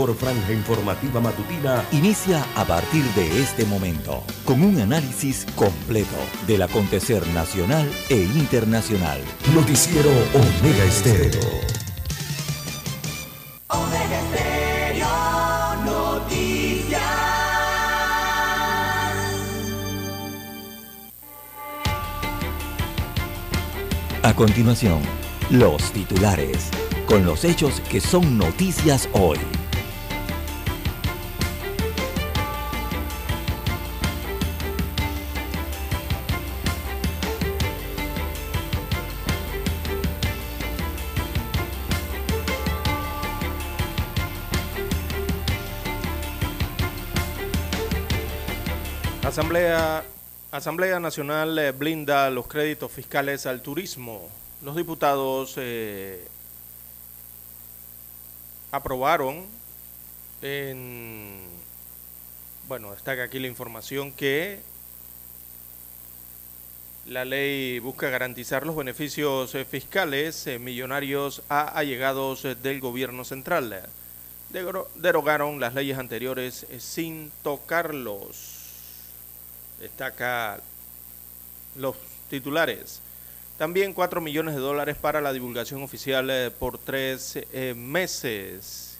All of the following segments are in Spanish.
Por Franja Informativa Matutina inicia a partir de este momento con un análisis completo del acontecer nacional e internacional. Noticiero Omega Estéreo. Omega Estéreo Noticias. A continuación, los titulares, con los hechos que son noticias hoy. Asamblea Nacional blinda los créditos fiscales al turismo. Los diputados aprobaron destaca aquí la información que la ley busca garantizar los beneficios fiscales millonarios a allegados del gobierno central. Derogaron las leyes anteriores sin tocarlos. Destaca los titulares. También 4 millones de dólares para la divulgación oficial por 3 meses.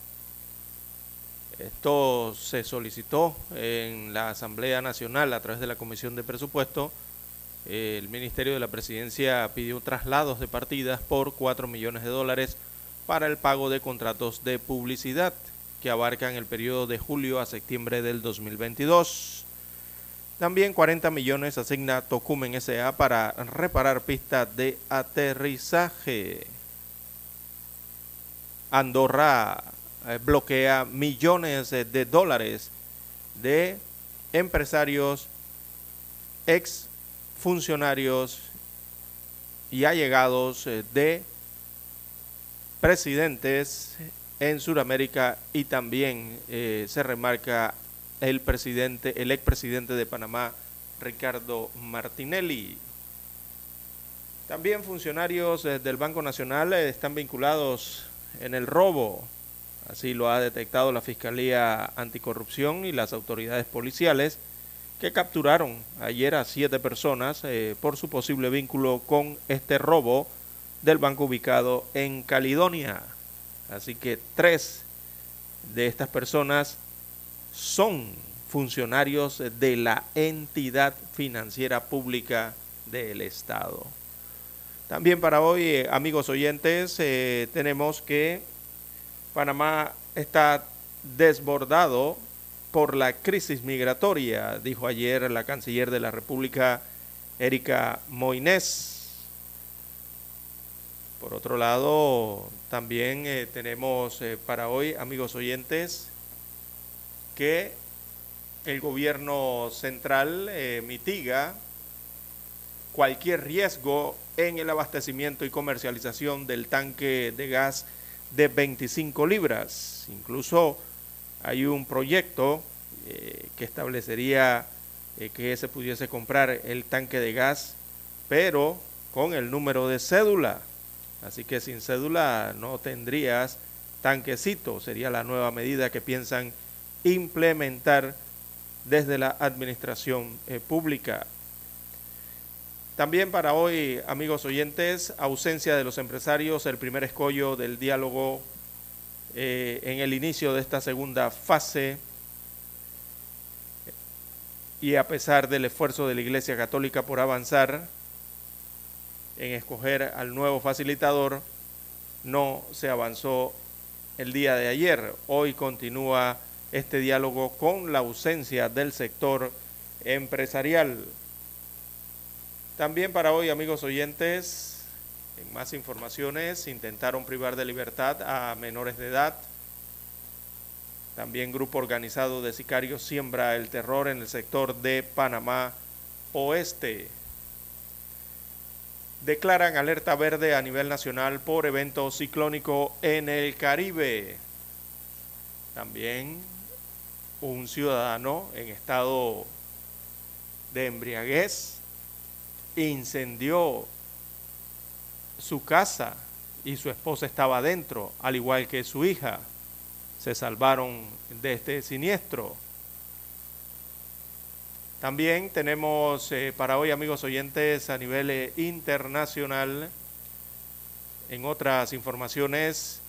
Esto se solicitó en la Asamblea Nacional a través de la Comisión de Presupuesto. El Ministerio de la Presidencia pidió traslados de partidas por 4 millones de dólares para el pago de contratos de publicidad que abarcan el periodo de julio a septiembre del 2022. También 40 millones asigna Tocumen S.A. para reparar pistas de aterrizaje. Andorra bloquea millones de dólares de empresarios, ex funcionarios y allegados de presidentes en Sudamérica, y también se remarca el expresidente de Panamá, Ricardo Martinelli. También funcionarios del Banco Nacional están vinculados en el robo. Así lo ha detectado la Fiscalía Anticorrupción y las autoridades policiales, que capturaron ayer a 7 personas por su posible vínculo con este robo del banco ubicado en Caledonia. Así que 3 de estas personas son funcionarios de la entidad financiera pública del Estado. También para hoy, amigos oyentes, tenemos que Panamá está desbordado por la crisis migratoria, dijo ayer la canciller de la República, Erika Moines. Por otro lado, también tenemos para hoy, amigos oyentes, que el gobierno central mitiga cualquier riesgo en el abastecimiento y comercialización del tanque de gas de 25 libras. Incluso hay un proyecto que establecería que se pudiese comprar el tanque de gas, pero con el número de cédula. Así que sin cédula no tendrías tanquecito. Sería la nueva medida que piensan implementar desde la administración pública. También para hoy, amigos oyentes, ausencia de los empresarios, el primer escollo del diálogo en el inicio de esta segunda fase, y a pesar del esfuerzo de la Iglesia Católica por avanzar en escoger al nuevo facilitador, no se avanzó el día de ayer. Hoy continúa este diálogo con la ausencia del sector empresarial. También para hoy, amigos oyentes, en más informaciones, intentaron privar de libertad a menores de edad. También grupo organizado de sicarios siembra el terror en el sector de Panamá Oeste. Declaran alerta verde a nivel nacional por evento ciclónico en el Caribe. También un ciudadano en estado de embriaguez incendió su casa y su esposa estaba adentro, al igual que su hija. se salvaron de este siniestro. También tenemos para hoy, amigos oyentes, a nivel internacional, en otras informaciones,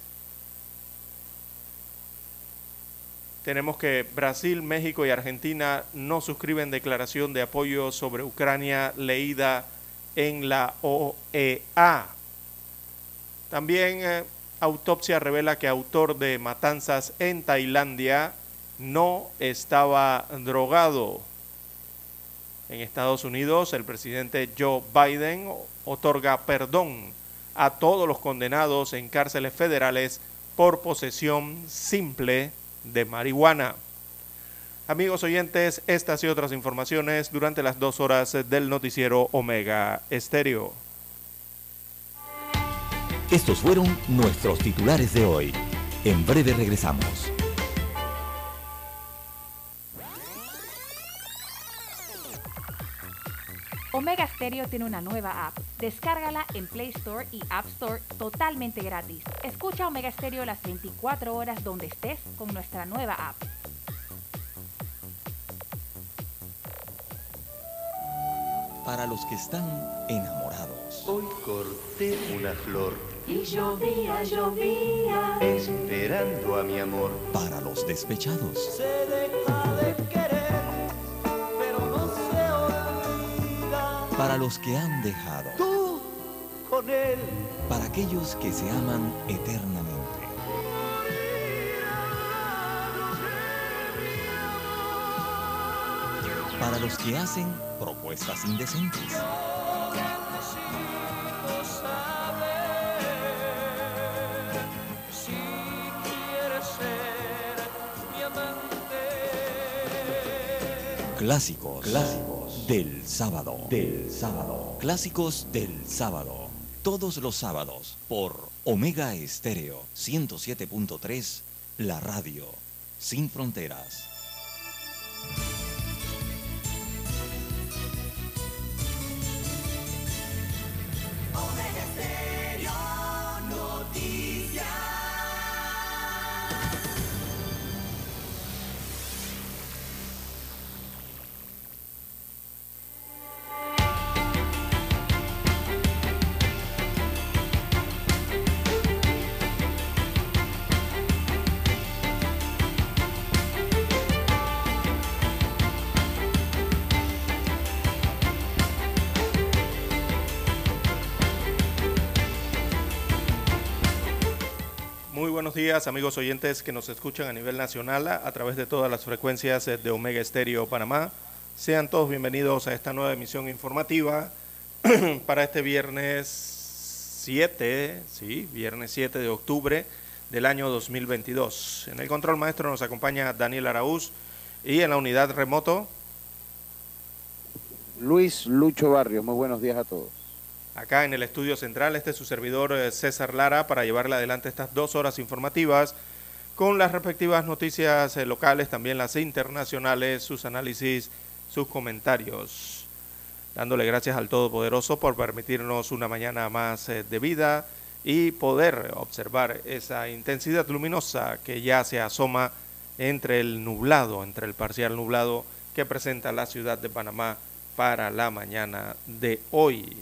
tenemos que Brasil, México y Argentina no suscriben declaración de apoyo sobre Ucrania leída en la OEA. También autopsia revela que autor de matanzas en Tailandia no estaba drogado. En Estados Unidos, el presidente Joe Biden otorga perdón a todos los condenados en cárceles federales por posesión simple de marihuana. Amigos oyentes, estas y otras informaciones durante las 2 horas del noticiero Omega Estéreo. Estos fueron nuestros titulares de hoy. En breve regresamos. Omega Stereo tiene una nueva app. Descárgala en Play Store y App Store totalmente gratis. Escucha Omega Stereo las 24 horas donde estés con nuestra nueva app. Para los que están enamorados. Hoy corté una flor, Y llovía, llovía. esperando a mi amor. Para los despechados. Se deja de querer, pero no se olvida. Para los que han dejado. Tú con él. Para aquellos que se aman eternamente. Para los que hacen propuestas indecentes. Si quieres ser mi amante. Clásicos del sábado. Clásicos del sábado. Todos los sábados por Omega Estéreo 107.3, la radio sin fronteras. Omega Stereo Noticias. Muy buenos días, amigos oyentes que nos escuchan a nivel nacional a través de todas las frecuencias de Omega Estéreo Panamá. Sean todos bienvenidos a esta nueva emisión informativa para este viernes 7, viernes 7 de octubre del año 2022. En el control maestro nos acompaña Daniel Araúz y en la unidad remoto, Luis Lucho Barrios. Muy buenos días a todos. acá en el estudio central, este es su servidor César Lara para llevarle adelante estas 2 horas informativas con las respectivas noticias locales, también las internacionales, sus análisis, sus comentarios. Dándole gracias al Todopoderoso por permitirnos una mañana más de vida y poder observar esa intensidad luminosa que ya se asoma entre el nublado, entre el parcial nublado que presenta la ciudad de Panamá para la mañana de hoy.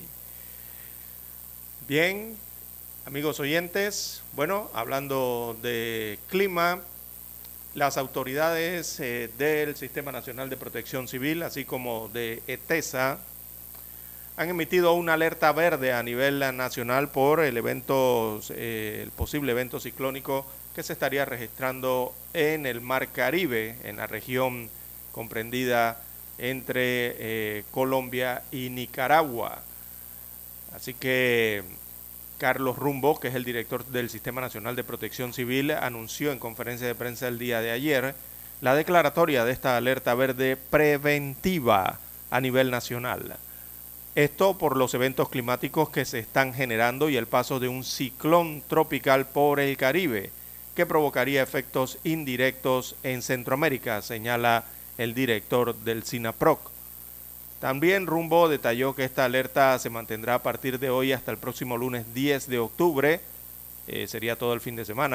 Bien, amigos oyentes, bueno, hablando de clima, las autoridades del Sistema Nacional de Protección Civil, así como de ETESA, han emitido una alerta verde a nivel nacional por el posible evento ciclónico que se estaría registrando en el Mar Caribe, en la región comprendida entre Colombia y Nicaragua. Así que Carlos Rumbo, que es el director del Sistema Nacional de Protección Civil, anunció en conferencia de prensa el día de ayer la declaratoria de esta alerta verde preventiva a nivel nacional. Esto por los eventos climáticos que se están generando y el paso de un ciclón tropical por el Caribe, que provocaría efectos indirectos en Centroamérica, señala el director del SINAPROC. También Rumbo detalló que esta alerta se mantendrá a partir de hoy hasta el próximo lunes 10 de octubre, sería todo el fin de semana,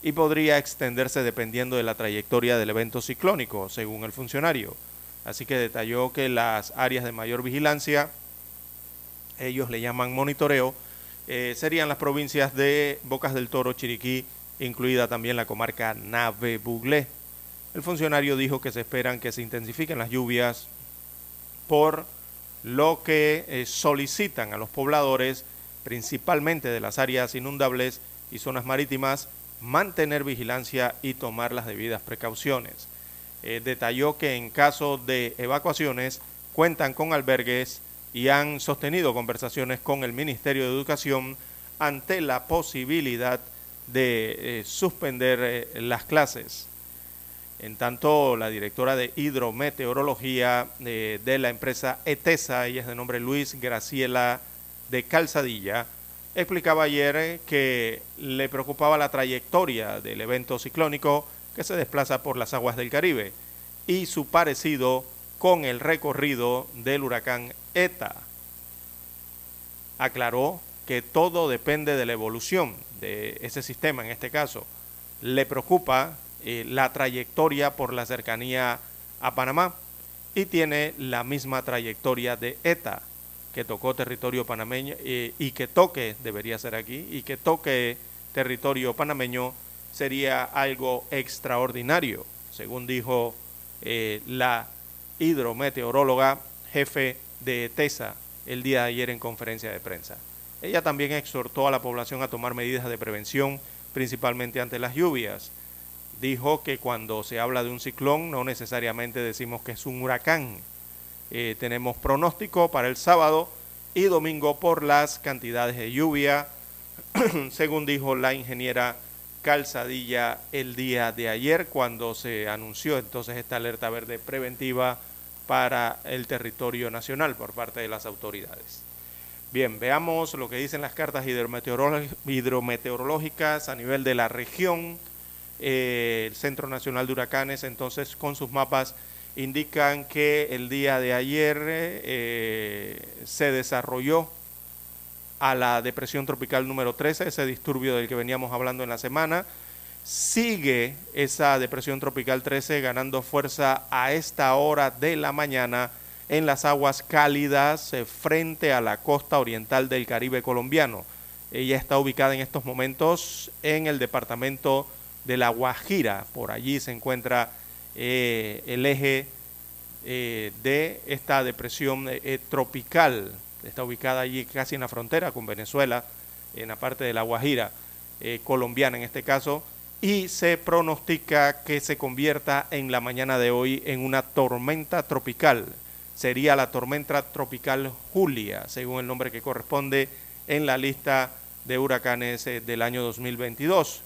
y podría extenderse dependiendo de la trayectoria del evento ciclónico, según el funcionario. Así que detalló que las áreas de mayor vigilancia, ellos le llaman monitoreo, serían las provincias de Bocas del Toro, Chiriquí, incluida también la comarca Nave-Buglé. El funcionario dijo que se esperan que se intensifiquen las lluvias, por lo que solicitan a los pobladores, principalmente de las áreas inundables y zonas marítimas, mantener vigilancia y tomar las debidas precauciones. Detalló que en caso de evacuaciones cuentan con albergues y han sostenido conversaciones con el Ministerio de Educación ante la posibilidad de suspender las clases. En tanto, la directora de hidrometeorología de la empresa ETESA, ella es de nombre Luis Graciela de Calzadilla, explicaba ayer que le preocupaba la trayectoria del evento ciclónico que se desplaza por las aguas del Caribe y su parecido con el recorrido del huracán ETA. Aclaró que todo depende de la evolución de ese sistema en este caso. Le preocupa la trayectoria por la cercanía a Panamá y tiene la misma trayectoria de ETA, que tocó territorio panameño y que toque, debería ser aquí, y que toque territorio panameño sería algo extraordinario, según dijo la hidrometeoróloga jefe de ETESA el día de ayer en conferencia de prensa. Ella también exhortó a la población a tomar medidas de prevención, principalmente ante las lluvias. Dijo que cuando se habla de un ciclón no necesariamente decimos que es un huracán. Tenemos pronóstico para el sábado y domingo por las cantidades de lluvia, según dijo la ingeniera Calzadilla el día de ayer cuando se anunció entonces esta alerta verde preventiva para el territorio nacional por parte de las autoridades. Bien, veamos lo que dicen las cartas hidrometeorológicas a nivel de la región. El Centro Nacional de Huracanes, entonces, con sus mapas, indican que el día de ayer se desarrolló a la depresión tropical número 13, ese disturbio del que veníamos hablando en la semana. Sigue esa depresión tropical 13 ganando fuerza a esta hora de la mañana en las aguas cálidas frente a la costa oriental del Caribe colombiano. Ella está ubicada en estos momentos en el departamento de La Guajira. Por allí se encuentra el eje de esta depresión tropical. Está ubicada allí casi en la frontera con Venezuela, en la parte de La Guajira, colombiana en este caso, y se pronostica que se convierta en la mañana de hoy en una tormenta tropical. Sería la tormenta tropical Julia, según el nombre que corresponde en la lista de huracanes del año 2022.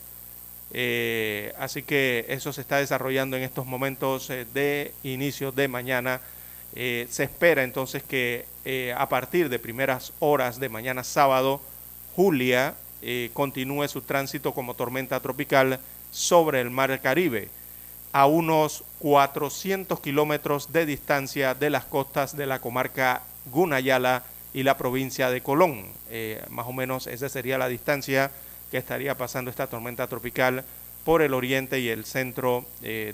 Así que eso se está desarrollando en estos momentos de inicio de mañana. Se espera entonces que a partir de primeras horas de mañana sábado, Julia continúe su tránsito como tormenta tropical sobre el mar Caribe, a unos 400 kilómetros de distancia de las costas de la comarca Gunayala y la provincia de Colón. Más o menos esa sería la distancia que estaría pasando esta tormenta tropical por el oriente y el centro del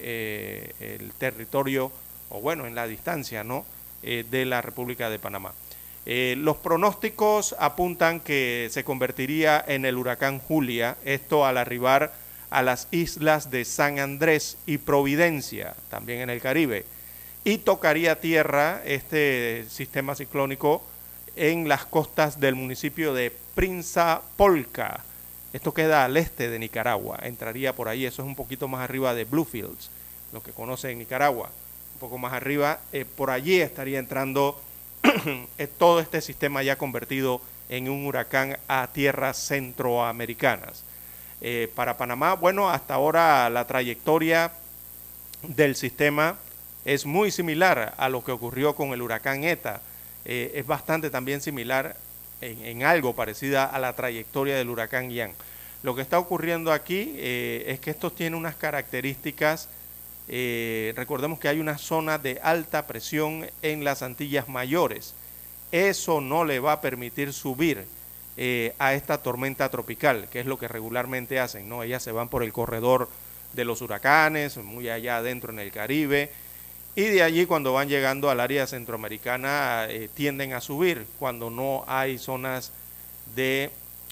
territorio, o bueno, en la distancia, ¿no?, de la República de Panamá. Los pronósticos apuntan que se convertiría en el huracán Julia, esto al arribar a las islas de San Andrés y Providencia, también en el Caribe, y tocaría tierra este sistema ciclónico en las costas del municipio de Prinzapolca. Esto queda al este de Nicaragua, entraría por ahí, eso es un poquito más arriba de Bluefields, lo que conocen Nicaragua, un poco más arriba, por allí estaría entrando todo este sistema ya convertido en un huracán a tierras centroamericanas. Para Panamá, bueno, hasta ahora la trayectoria del sistema es muy similar a lo que ocurrió con el huracán ETA. Es bastante también similar en algo parecida a la trayectoria del huracán Ian. Lo que está ocurriendo aquí es que estos tienen unas características. Recordemos que hay una zona de alta presión en las Antillas Mayores. Eso no le va a permitir subir a esta tormenta tropical, que es lo que regularmente hacen, ¿no? Ellas se van por el corredor de los huracanes, muy allá adentro en el Caribe, y de allí cuando van llegando al área centroamericana tienden a subir cuando no hay zonas de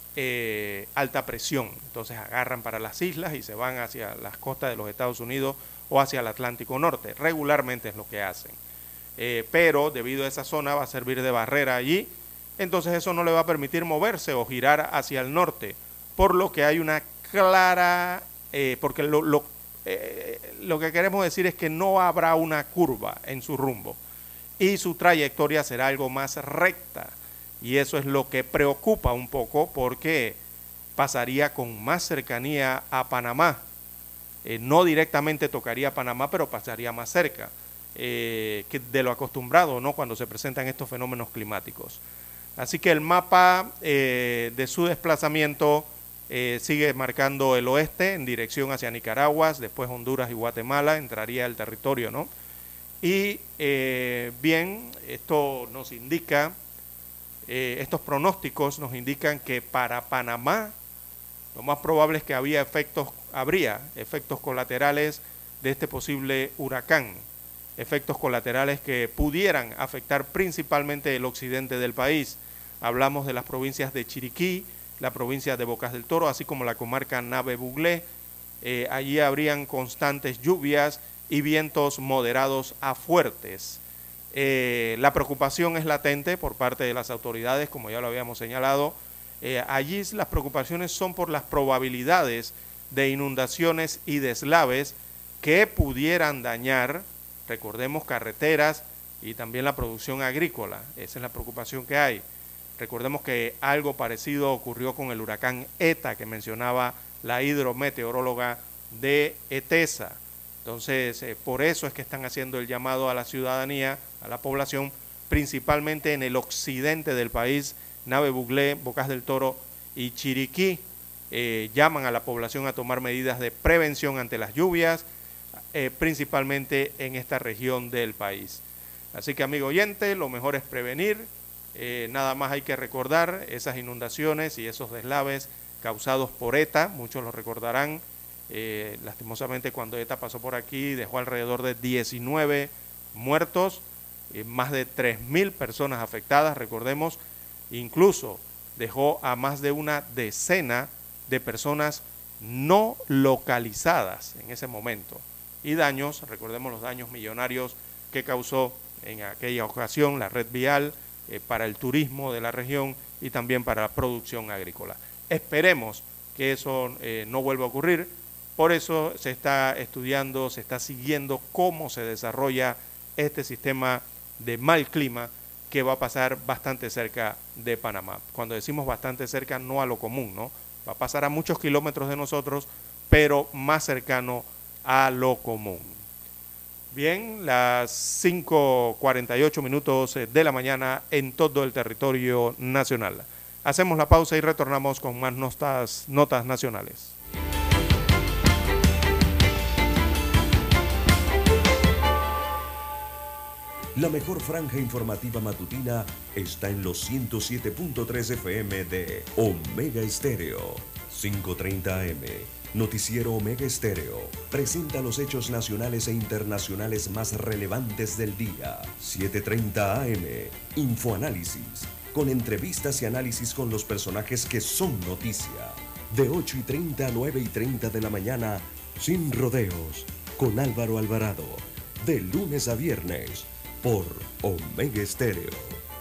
alta presión. Entonces agarran para las islas y se van hacia las costas de los Estados Unidos o hacia el Atlántico Norte. Regularmente es lo que hacen. Pero debido a esa zona va a servir de barrera allí, entonces eso no le va a permitir moverse o girar hacia el norte, por lo que hay una clara, porque lo que queremos decir es que no habrá una curva en su rumbo y su trayectoria será algo más recta, y eso es lo que preocupa un poco porque pasaría con más cercanía a Panamá. No directamente tocaría Panamá, pero pasaría más cerca que de lo acostumbrado, ¿no?, cuando se presentan estos fenómenos climáticos. Así que el mapa de su desplazamiento sigue marcando el oeste en dirección hacia Nicaragua, después Honduras y Guatemala, entraría el territorio, ¿no? Y bien, esto nos indica, estos pronósticos nos indican que para Panamá lo más probable es que habría efectos colaterales de este posible huracán, efectos colaterales que pudieran afectar principalmente el occidente del país. Hablamos de las provincias de Chiriquí, la provincia de Bocas del Toro, así como la comarca Nave-Buglé. Allí habrían constantes lluvias y vientos moderados a fuertes. La preocupación es latente por parte de las autoridades, como ya lo habíamos señalado. Allí las preocupaciones son por las probabilidades de inundaciones y deslaves que pudieran dañar, recordemos, carreteras y también la producción agrícola. Esa es la preocupación que hay. Recordemos que algo parecido ocurrió con el huracán ETA que mencionaba la hidrometeoróloga de ETESA. Entonces, por eso es que están haciendo el llamado a la ciudadanía, a la población, principalmente en el occidente del país, Nave-Buglé, Bocas del Toro y Chiriquí. Llaman a la población a tomar medidas de prevención ante las lluvias, principalmente en esta región del país. Así que, amigo oyente, lo mejor es prevenir. Nada más hay que recordar esas inundaciones y esos deslaves causados por ETA, muchos lo recordarán. Lastimosamente, cuando ETA pasó por aquí dejó alrededor de 19 muertos, más de 3.000 personas afectadas, recordemos, incluso dejó a más de una decena de personas no localizadas en ese momento, y daños, recordemos los daños millonarios que causó en aquella ocasión la red vial para el turismo de la región y también para la producción agrícola. Esperemos que eso no vuelva a ocurrir. Por eso se está estudiando, se está siguiendo cómo se desarrolla este sistema de mal clima que va a pasar bastante cerca de Panamá. Cuando decimos bastante cerca, no a lo común, ¿no? Va a pasar a muchos kilómetros de nosotros, pero más cercano a lo común. Bien, las 5:48 minutos de la mañana en todo el territorio nacional. Hacemos la pausa y retornamos con más notas nacionales. La mejor franja informativa matutina está en los 107.3 FM de Omega Estéreo. 5:30 AM. Noticiero Omega Estéreo presenta los hechos nacionales e internacionales más relevantes del día. 7:30 AM. Infoanálisis, con entrevistas y análisis con los personajes que son noticia. De 8:30 a 9:30 de la mañana, Sin Rodeos, con Álvaro Alvarado. De lunes a viernes, por Omega Estéreo.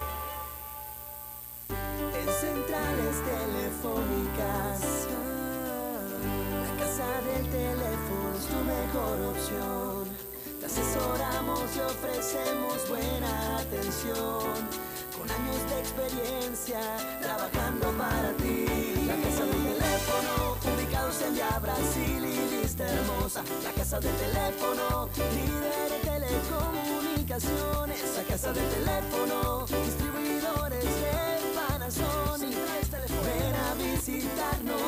En centrales telefónicas, la casa del teléfono es tu mejor opción. Te asesoramos y ofrecemos buena atención, con años de experiencia trabajando para ti. La casa del teléfono, ubicados en Via Brasil y Vista Hermosa. La casa del teléfono, líder en telecomunicaciones. La casa del teléfono, distribuidores de Panasonic. Ven a visitarnos.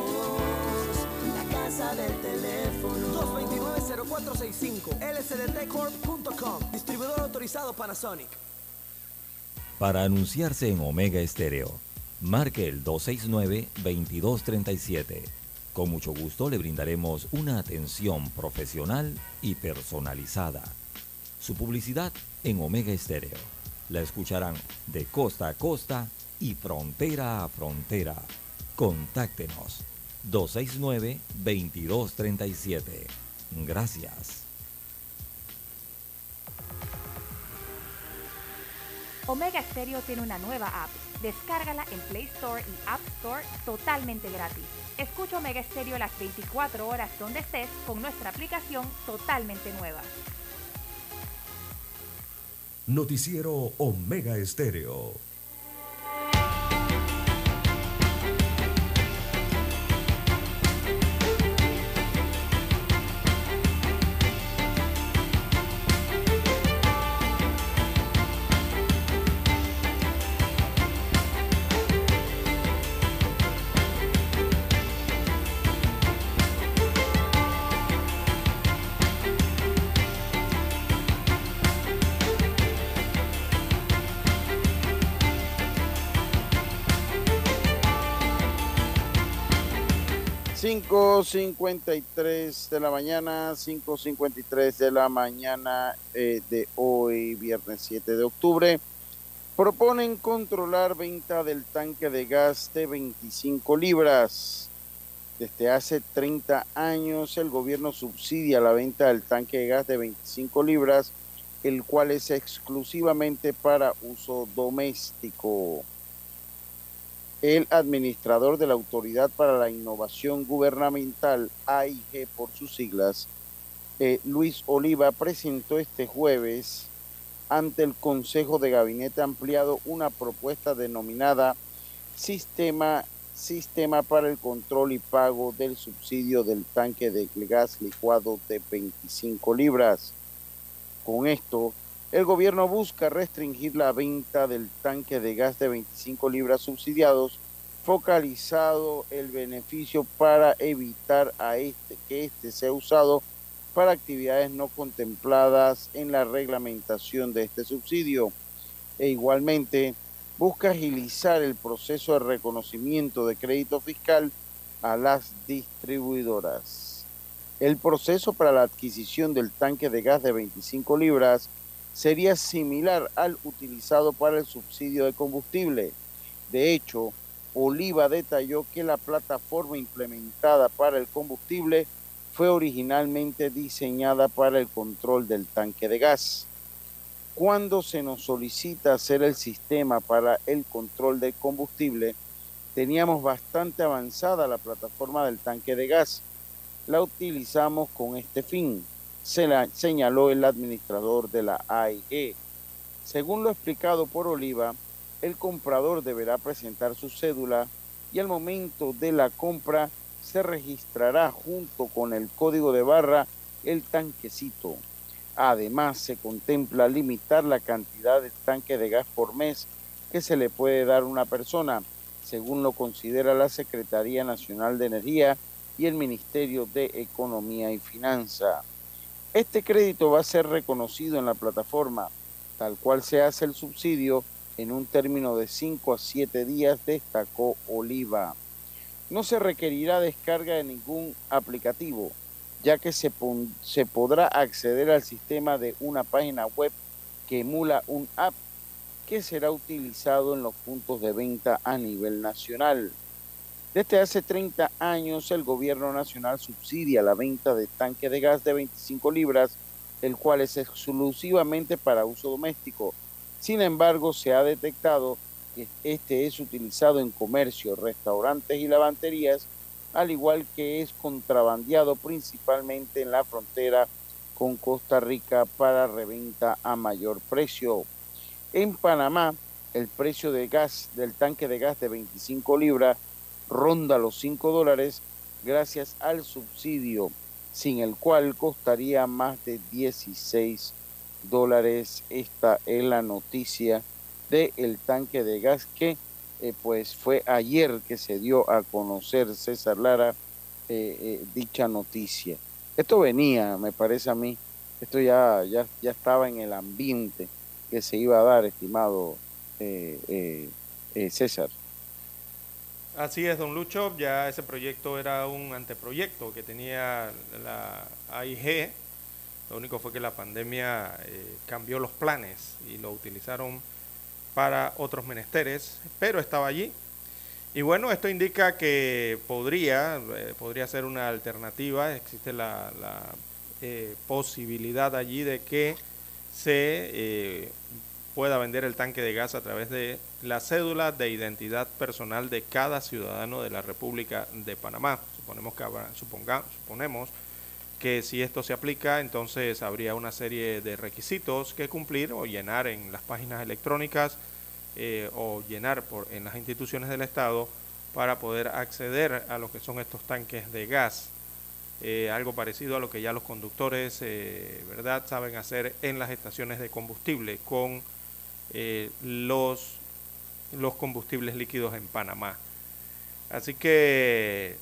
La casa del teléfono, 229-0465, lsdtcorp.com. Distribuidor autorizado Panasonic. Para anunciarse en Omega Estéreo, Marque el 269-2237. Con mucho gusto le brindaremos una atención profesional y personalizada. Su publicidad en Omega Estéreo. La escucharán de costa a costa y frontera a frontera. Contáctenos 269-2237. Gracias. Omega Stereo tiene una nueva app. Descárgala en Play Store y App Store totalmente gratis. Escucha Omega Stereo las 24 horas donde estés con nuestra aplicación totalmente nueva. Noticiero Omega Estéreo. Cinco 53 de la mañana, 5:53 de la mañana de hoy, viernes 7 de octubre. Proponen controlar venta del tanque de gas de 25 libras. Desde hace 30 años, el gobierno subsidia la venta del tanque de gas de 25 libras, el cual es exclusivamente para uso doméstico. El administrador de la Autoridad para la Innovación Gubernamental, AIG por sus siglas, Luis Oliva, presentó este jueves ante el Consejo de Gabinete Ampliado una propuesta denominada Sistema para el Control y Pago del Subsidio del Tanque de Gas Licuado de 25 libras. Con esto, el gobierno busca restringir la venta del tanque de gas de 25 libras subsidiados, focalizado el beneficio para evitar que este sea usado para actividades no contempladas en la reglamentación de este subsidio. E igualmente, busca agilizar el proceso de reconocimiento de crédito fiscal a las distribuidoras. El proceso para la adquisición del tanque de gas de 25 libras sería similar al utilizado para el subsidio de combustible. De hecho, Oliva detalló que la plataforma implementada para el combustible fue originalmente diseñada para el control del tanque de gas. Cuando se nos solicita hacer el sistema para el control del combustible, teníamos bastante avanzada la plataforma del tanque de gas. La utilizamos con este fin, señaló el administrador de la AIG. Según lo explicado por Oliva, el comprador deberá presentar su cédula y al momento de la compra se registrará junto con el código de barra el tanquecito. Además, se contempla limitar la cantidad de tanque de gas por mes que se le puede dar a una persona, según lo considera la Secretaría Nacional de Energía y el Ministerio de Economía y Finanza. Este crédito va a ser reconocido en la plataforma, tal cual se hace el subsidio en un término de 5 a 7 días, destacó Oliva. No se requerirá descarga de ningún aplicativo, ya que se podrá acceder al sistema de una página web que emula un app que será utilizado en los puntos de venta a nivel nacional. Desde hace 30 años, el gobierno nacional subsidia la venta de tanque de gas de 25 libras, el cual es exclusivamente para uso doméstico. Sin embargo, se ha detectado que este es utilizado en comercio, restaurantes y lavanderías, al igual que es contrabandeado principalmente en la frontera con Costa Rica para reventa a mayor precio. En Panamá, el precio del tanque de gas de 25 libras ronda los $5 gracias al subsidio, sin el cual costaría más de $16. Esta es la noticia del tanque de gas que pues fue ayer que se dio a conocer, César Lara, dicha noticia. Esto venía, me parece a mí, esto ya estaba en el ambiente que se iba a dar, estimado César. Así es, don Lucho, ya ese proyecto era un anteproyecto que tenía la AIG. Lo único fue que la pandemia cambió los planes y lo utilizaron para otros menesteres, pero estaba allí. Y bueno, esto indica que podría ser una alternativa. Existe la posibilidad allí de que se pueda vender el tanque de gas a través de la cédula de identidad personal de cada ciudadano de la República de Panamá. Suponemos que si esto se aplica, entonces habría una serie de requisitos que cumplir o llenar en las páginas electrónicas o llenar en las instituciones del Estado para poder acceder a lo que son estos tanques de gas. Algo parecido a lo que ya los conductores ¿verdad? Saben hacer en las estaciones de combustible con los combustibles líquidos en Panamá. Así que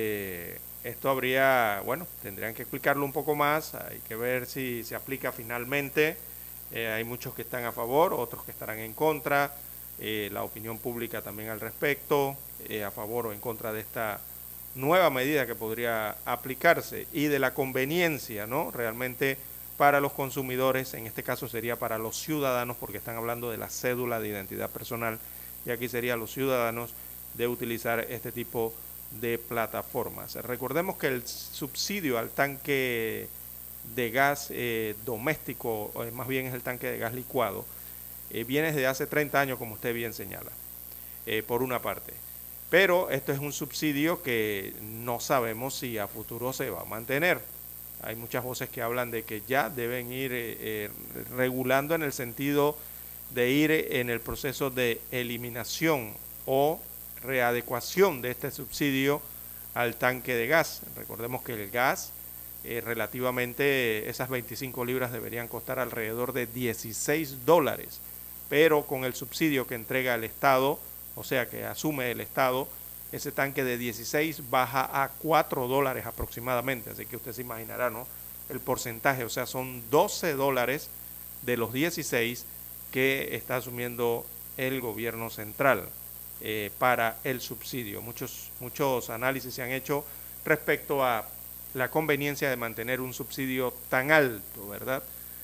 esto tendrían que explicarlo un poco más, hay que ver si se aplica finalmente. Hay muchos que están a favor, otros que estarán en contra, la opinión pública también al respecto, a favor o en contra de esta nueva medida que podría aplicarse y de la conveniencia, ¿no? Realmente para los consumidores, en este caso sería para los ciudadanos, porque están hablando de la cédula de identidad personal, y aquí serían los ciudadanos de utilizar este tipo de plataformas. Recordemos que el subsidio al tanque de gas doméstico, o más bien es el tanque de gas licuado, viene desde hace 30 años, como usted bien señala, por una parte. Pero esto es un subsidio que no sabemos si a futuro se va a mantener. Hay muchas voces que hablan de que ya deben ir regulando en el sentido de ir en el proceso de eliminación o readecuación de este subsidio al tanque de gas. Recordemos que el gas, relativamente, esas 25 libras deberían costar alrededor de $16, pero con el subsidio que entrega el Estado, o sea que asume el Estado, ese tanque de 16 baja a $4 aproximadamente, así que usted se imaginará, ¿no?, el porcentaje, o sea, son $12 de los 16 que está asumiendo el gobierno central para el subsidio. Muchos análisis se han hecho respecto a la conveniencia de mantener un subsidio tan alto, ¿verdad?,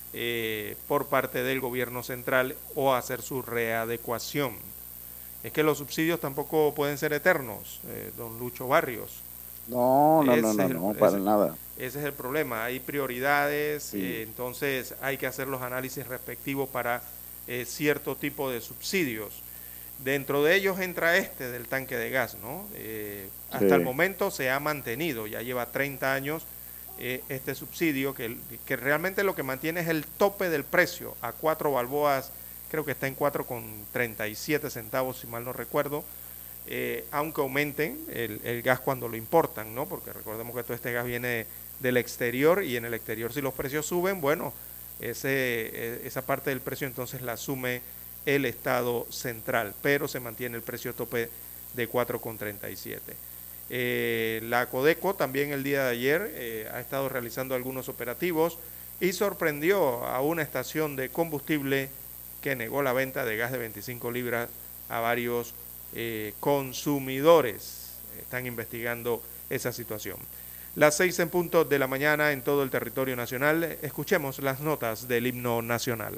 por parte del gobierno central, o hacer su readecuación. Es que los subsidios tampoco pueden ser eternos, don Lucho Barrios. No, para nada. Ese es el problema, hay prioridades, Sí. entonces hay que hacer los análisis respectivos para cierto tipo de subsidios. Dentro de ellos entra este del tanque de gas, ¿no? Hasta el momento se ha mantenido, ya lleva 30 años este subsidio, que realmente lo que mantiene es el tope del precio a 4 balboas, creo que está en 4,37 centavos, si mal no recuerdo, aunque aumenten el gas cuando lo importan, ¿no? Porque recordemos que todo este gas viene del exterior, y en el exterior, si los precios suben, bueno, esa parte del precio entonces la asume el Estado central, pero se mantiene el precio tope de 4,37. La Codeco también el día de ayer ha estado realizando algunos operativos y sorprendió a una estación de combustible que negó la venta de gas de 25 libras a varios consumidores. Están investigando esa situación. Las 6 en punto de la mañana en todo el territorio nacional. Escuchemos las notas del himno nacional.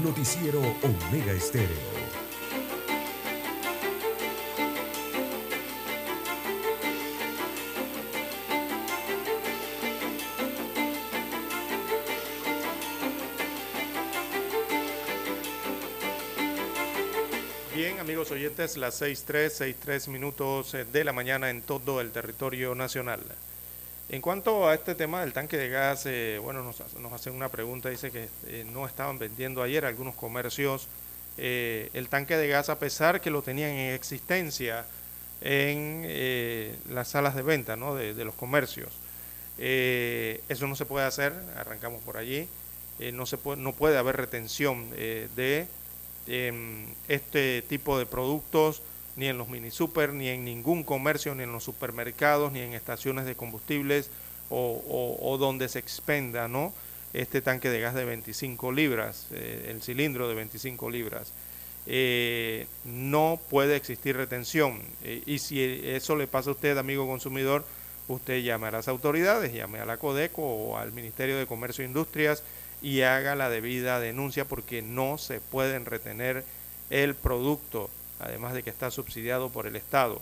Noticiero Omega Estéreo. Bien, amigos oyentes, las 6:03 minutos de la mañana en todo el territorio nacional. En cuanto a este tema del tanque de gas, bueno, nos hacen una pregunta, dice que no estaban vendiendo ayer algunos comercios el tanque de gas a pesar que lo tenían en existencia en las salas de venta, ¿no?, de los comercios. Eso no se puede hacer, arrancamos por allí, no puede haber retención de este tipo de productos ni en los mini super, ni en ningún comercio, ni en los supermercados, ni en estaciones de combustibles o donde se expenda, ¿no?, este tanque de gas de 25 libras, el cilindro de 25 libras. No puede existir retención. Y si eso le pasa a usted, amigo consumidor, usted llame a las autoridades, llame a la Codeco o al Ministerio de Comercio e Industrias y haga la debida denuncia porque no se pueden retener el producto, además de que está subsidiado por el Estado.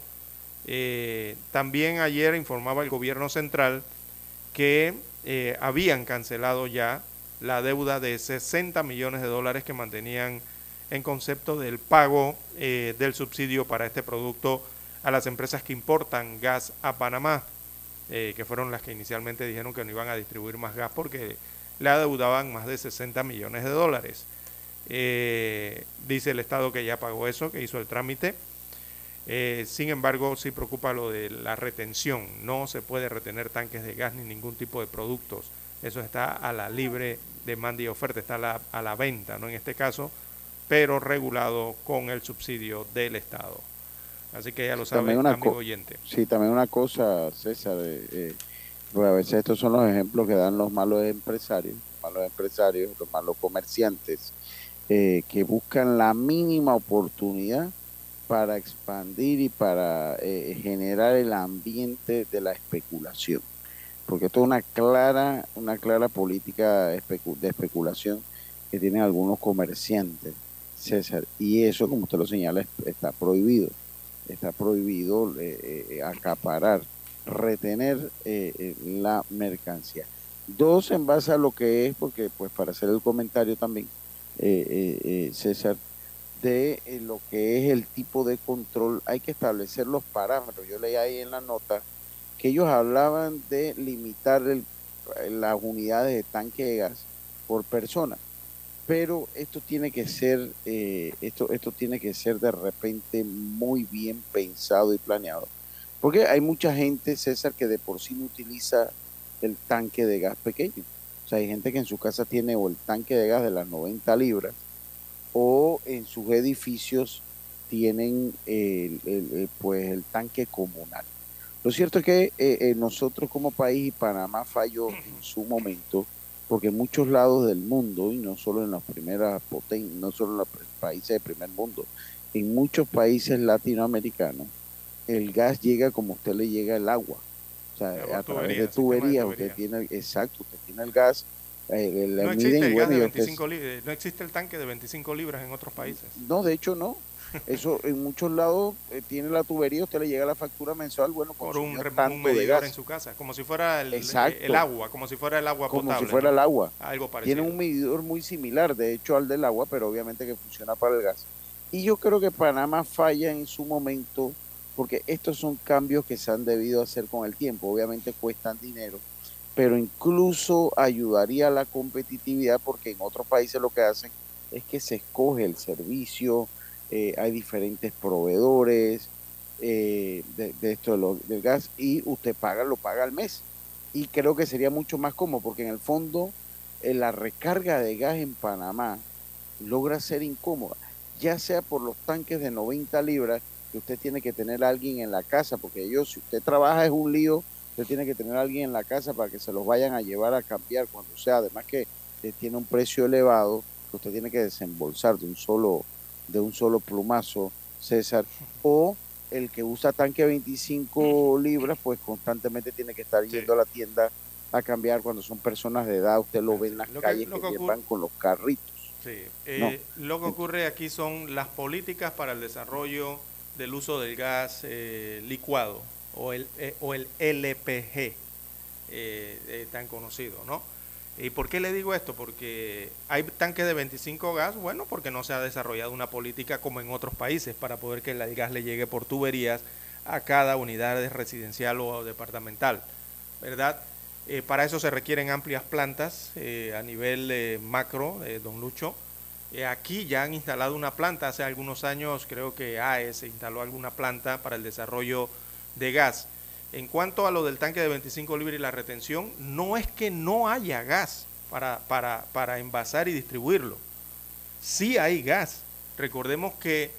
También ayer informaba el gobierno central que habían cancelado ya la deuda de 60 millones de dólares que mantenían en concepto del pago del subsidio para este producto a las empresas que importan gas a Panamá, que fueron las que inicialmente dijeron que no iban a distribuir más gas porque le adeudaban más de 60 millones de dólares. Dice el Estado que ya pagó eso, que hizo el trámite. Sin embargo, sí preocupa lo de la retención. No se puede retener tanques de gas ni ningún tipo de productos. Eso está a la libre demanda y oferta, está a la venta, ¿no?, en este caso, pero regulado con el subsidio del Estado. Así que ya lo sabe, amigo oyente. Sí, también una cosa, César, pues a veces estos son los ejemplos que dan los malos empresarios, los malos comerciantes, que buscan la mínima oportunidad para expandir y para generar el ambiente de la especulación. Porque esto es una clara política de especulación que tienen algunos comerciantes, César, y eso, como usted lo señala, está prohibido. Está prohibido acaparar, retener la mercancía. Dos, en base a lo que es, porque pues para hacer el comentario también, César, de lo que es el tipo de control, hay que establecer los parámetros. Yo leí ahí en la nota que ellos hablaban de limitar las unidades de tanque de gas por persona, pero esto tiene que ser esto tiene que ser de repente muy bien pensado y planeado, porque hay mucha gente, César, que de por sí no utiliza el tanque de gas pequeño. O sea, hay gente que en su casa tiene o el tanque de gas de las 90 libras o en sus edificios tienen pues el tanque comunal. Lo cierto es que nosotros como país, y Panamá falló en su momento, porque en muchos lados del mundo, y no solo en las primeras potencias, no solo en los países de primer mundo, en muchos países latinoamericanos, el gas llega como a usted le llega el agua. O sea, a través de tuberías, usted tiene, exacto, usted tiene el gas, no existe el gas de 25 libras, no existe el tanque de 25 libras en otros países. No, de hecho no. Eso en muchos lados tiene la tubería, usted le llega la factura mensual, bueno, por un medidor en su casa, como si fuera el agua, como si fuera el agua potable. Como si fuera, ¿no?, el agua. Algo parecido. Tiene un medidor muy similar, de hecho, al del agua, pero obviamente que funciona para el gas. Y yo creo que Panamá falla en su momento, porque estos son cambios que se han debido hacer con el tiempo. Obviamente cuestan dinero, pero incluso ayudaría a la competitividad, porque en otros países lo que hacen es que se escoge el servicio. Hay diferentes proveedores de esto del gas, y usted lo paga al mes, y creo que sería mucho más cómodo, porque en el fondo la recarga de gas en Panamá logra ser incómoda, ya sea por los tanques de 90 libras que usted tiene que tener a alguien en la casa, porque si usted trabaja es un lío, usted tiene que tener a alguien en la casa para que se los vayan a llevar a cambiar cuando sea, además que tiene un precio elevado que usted tiene que desembolsar de un solo plumazo, César, o el que usa tanque 25 libras, pues constantemente tiene que estar yendo a la tienda a cambiar cuando son personas de edad, usted lo ve en las calles que van con los carritos. Sí, No. lo que ocurre aquí son las políticas para el desarrollo del uso del gas licuado o el LPG, tan conocido, ¿no? ¿Y por qué le digo esto? Porque hay tanques de 25 gas, bueno, porque no se ha desarrollado una política como en otros países para poder que el gas le llegue por tuberías a cada unidad residencial o departamental, ¿verdad? Para eso se requieren amplias plantas a nivel macro, don Lucho. Aquí ya han instalado una planta, hace algunos años creo que AES instaló alguna planta para el desarrollo de gas. En cuanto a lo del tanque de 25 libras y la retención, no es que no haya gas para envasar y distribuirlo. Sí hay gas. Recordemos que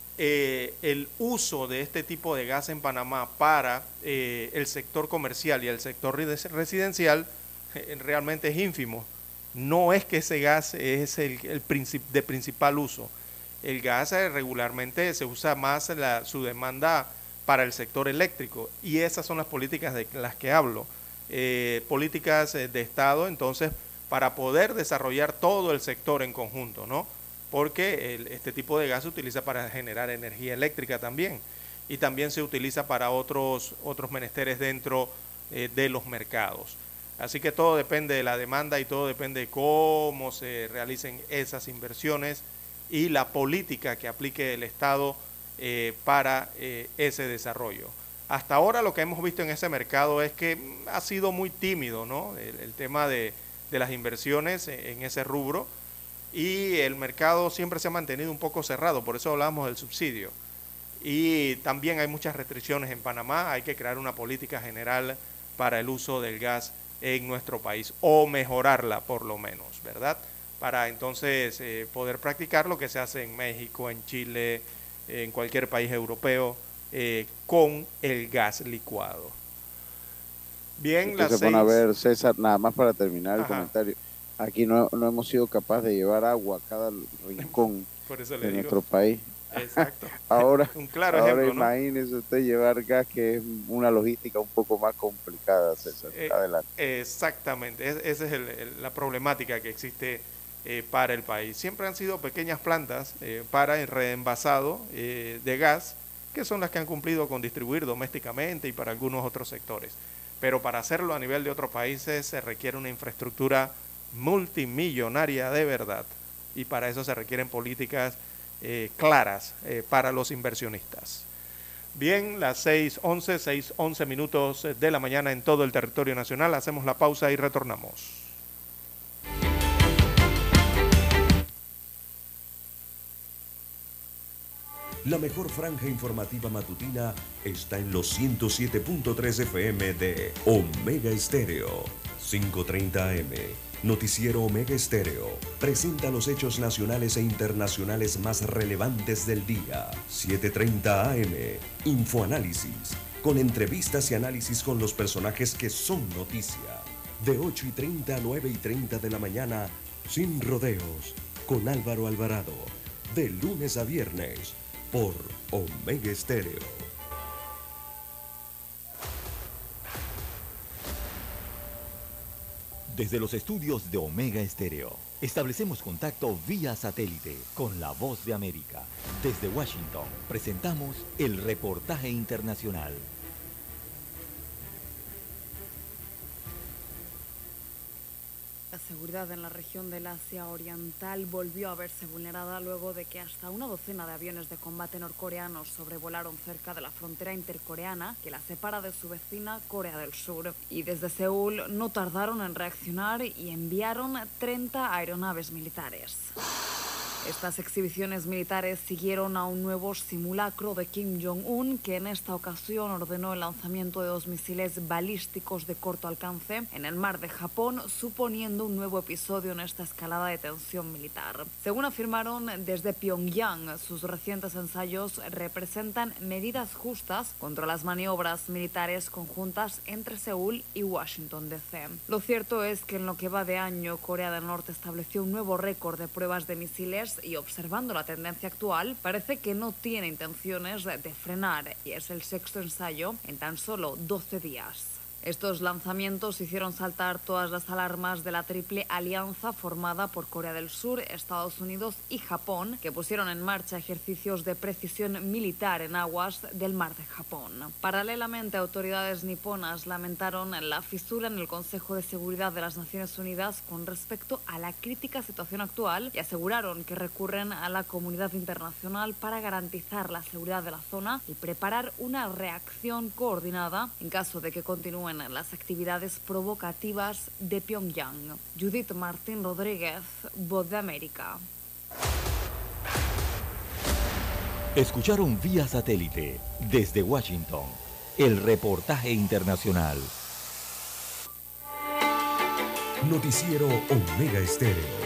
el uso de este tipo de gas en Panamá para el sector comercial y el sector residencial realmente es ínfimo. No es que ese gas es de principal uso. El gas regularmente se usa más su demanda para el sector eléctrico, y esas son las políticas de las que hablo, políticas de Estado, entonces, para poder desarrollar todo el sector en conjunto, ¿no? Porque este tipo de gas se utiliza para generar energía eléctrica también, y también se utiliza para otros menesteres dentro de los mercados. Así que todo depende de la demanda y todo depende de cómo se realicen esas inversiones y la política que aplique el Estado para ese desarrollo. Hasta ahora lo que hemos visto en ese mercado es que ha sido muy tímido, ¿no? El tema de las inversiones en ese rubro, y el mercado siempre se ha mantenido un poco cerrado, por eso hablamos del subsidio. Y también hay muchas restricciones en Panamá, hay que crear una política general para el uso del gas en nuestro país, o mejorarla por lo menos, ¿verdad? Para entonces poder practicar lo que se hace en México, en Chile, en cualquier país europeo, con el gas licuado. Bien, las 6. Se pone a ver, César, nada más para terminar el comentario. Aquí no hemos sido capaces de llevar agua a cada rincón de nuestro país. Exacto. Ahora, un claro ejemplo, imagínese usted llevar gas, que es una logística un poco más complicada, César. Adelante. Exactamente, esa es la problemática que existe para el país. Siempre han sido pequeñas plantas para el reenvasado de gas, que son las que han cumplido con distribuir domésticamente y para algunos otros sectores. Pero para hacerlo a nivel de otros países se requiere una infraestructura multimillonaria de verdad, y para eso se requieren políticas claras para los inversionistas. Bien, las 6:11 minutos de la mañana en todo el territorio nacional. Hacemos la pausa y retornamos. La mejor franja informativa matutina está en los 107.3 FM de Omega Estéreo. 5:30 AM. Noticiero Omega Estéreo presenta los hechos nacionales e internacionales más relevantes del día. 7:30 AM. Infoanálisis, con entrevistas y análisis con los personajes que son noticia. De 8:30 a 9:30 de la mañana, Sin Rodeos, con Álvaro Alvarado. De lunes a viernes, por Omega Estéreo. Desde los estudios de Omega Estéreo, establecemos contacto vía satélite con la Voz de América. Desde Washington, presentamos el reportaje internacional. La seguridad en la región del Asia Oriental volvió a verse vulnerada luego de que hasta una docena de aviones de combate norcoreanos sobrevolaron cerca de la frontera intercoreana que la separa de su vecina Corea del Sur. Y desde Seúl no tardaron en reaccionar y enviaron 30 aeronaves militares. Estas exhibiciones militares siguieron a un nuevo simulacro de Kim Jong-un, que en esta ocasión ordenó el lanzamiento de 2 misiles balísticos de corto alcance en el mar de Japón, suponiendo un nuevo episodio en esta escalada de tensión militar. Según afirmaron desde Pyongyang, sus recientes ensayos representan medidas justas contra las maniobras militares conjuntas entre Seúl y Washington DC. Lo cierto es que en lo que va de año, Corea del Norte estableció un nuevo récord de pruebas de misiles, y observando la tendencia actual, parece que no tiene intenciones de frenar, y es el 6º ensayo en tan solo 12 días. Estos lanzamientos hicieron saltar todas las alarmas de la triple alianza formada por Corea del Sur, Estados Unidos y Japón, que pusieron en marcha ejercicios de precisión militar en aguas del Mar de Japón. Paralelamente, autoridades niponas lamentaron la fisura en el Consejo de Seguridad de las Naciones Unidas con respecto a la crítica situación actual y aseguraron que recurren a la comunidad internacional para garantizar la seguridad de la zona y preparar una reacción coordinada en caso de que continúen las actividades provocativas de Pyongyang. Judith Martín Rodríguez, Voz de América. Escucharon vía satélite desde Washington el reportaje internacional. Noticiero Omega Estéreo.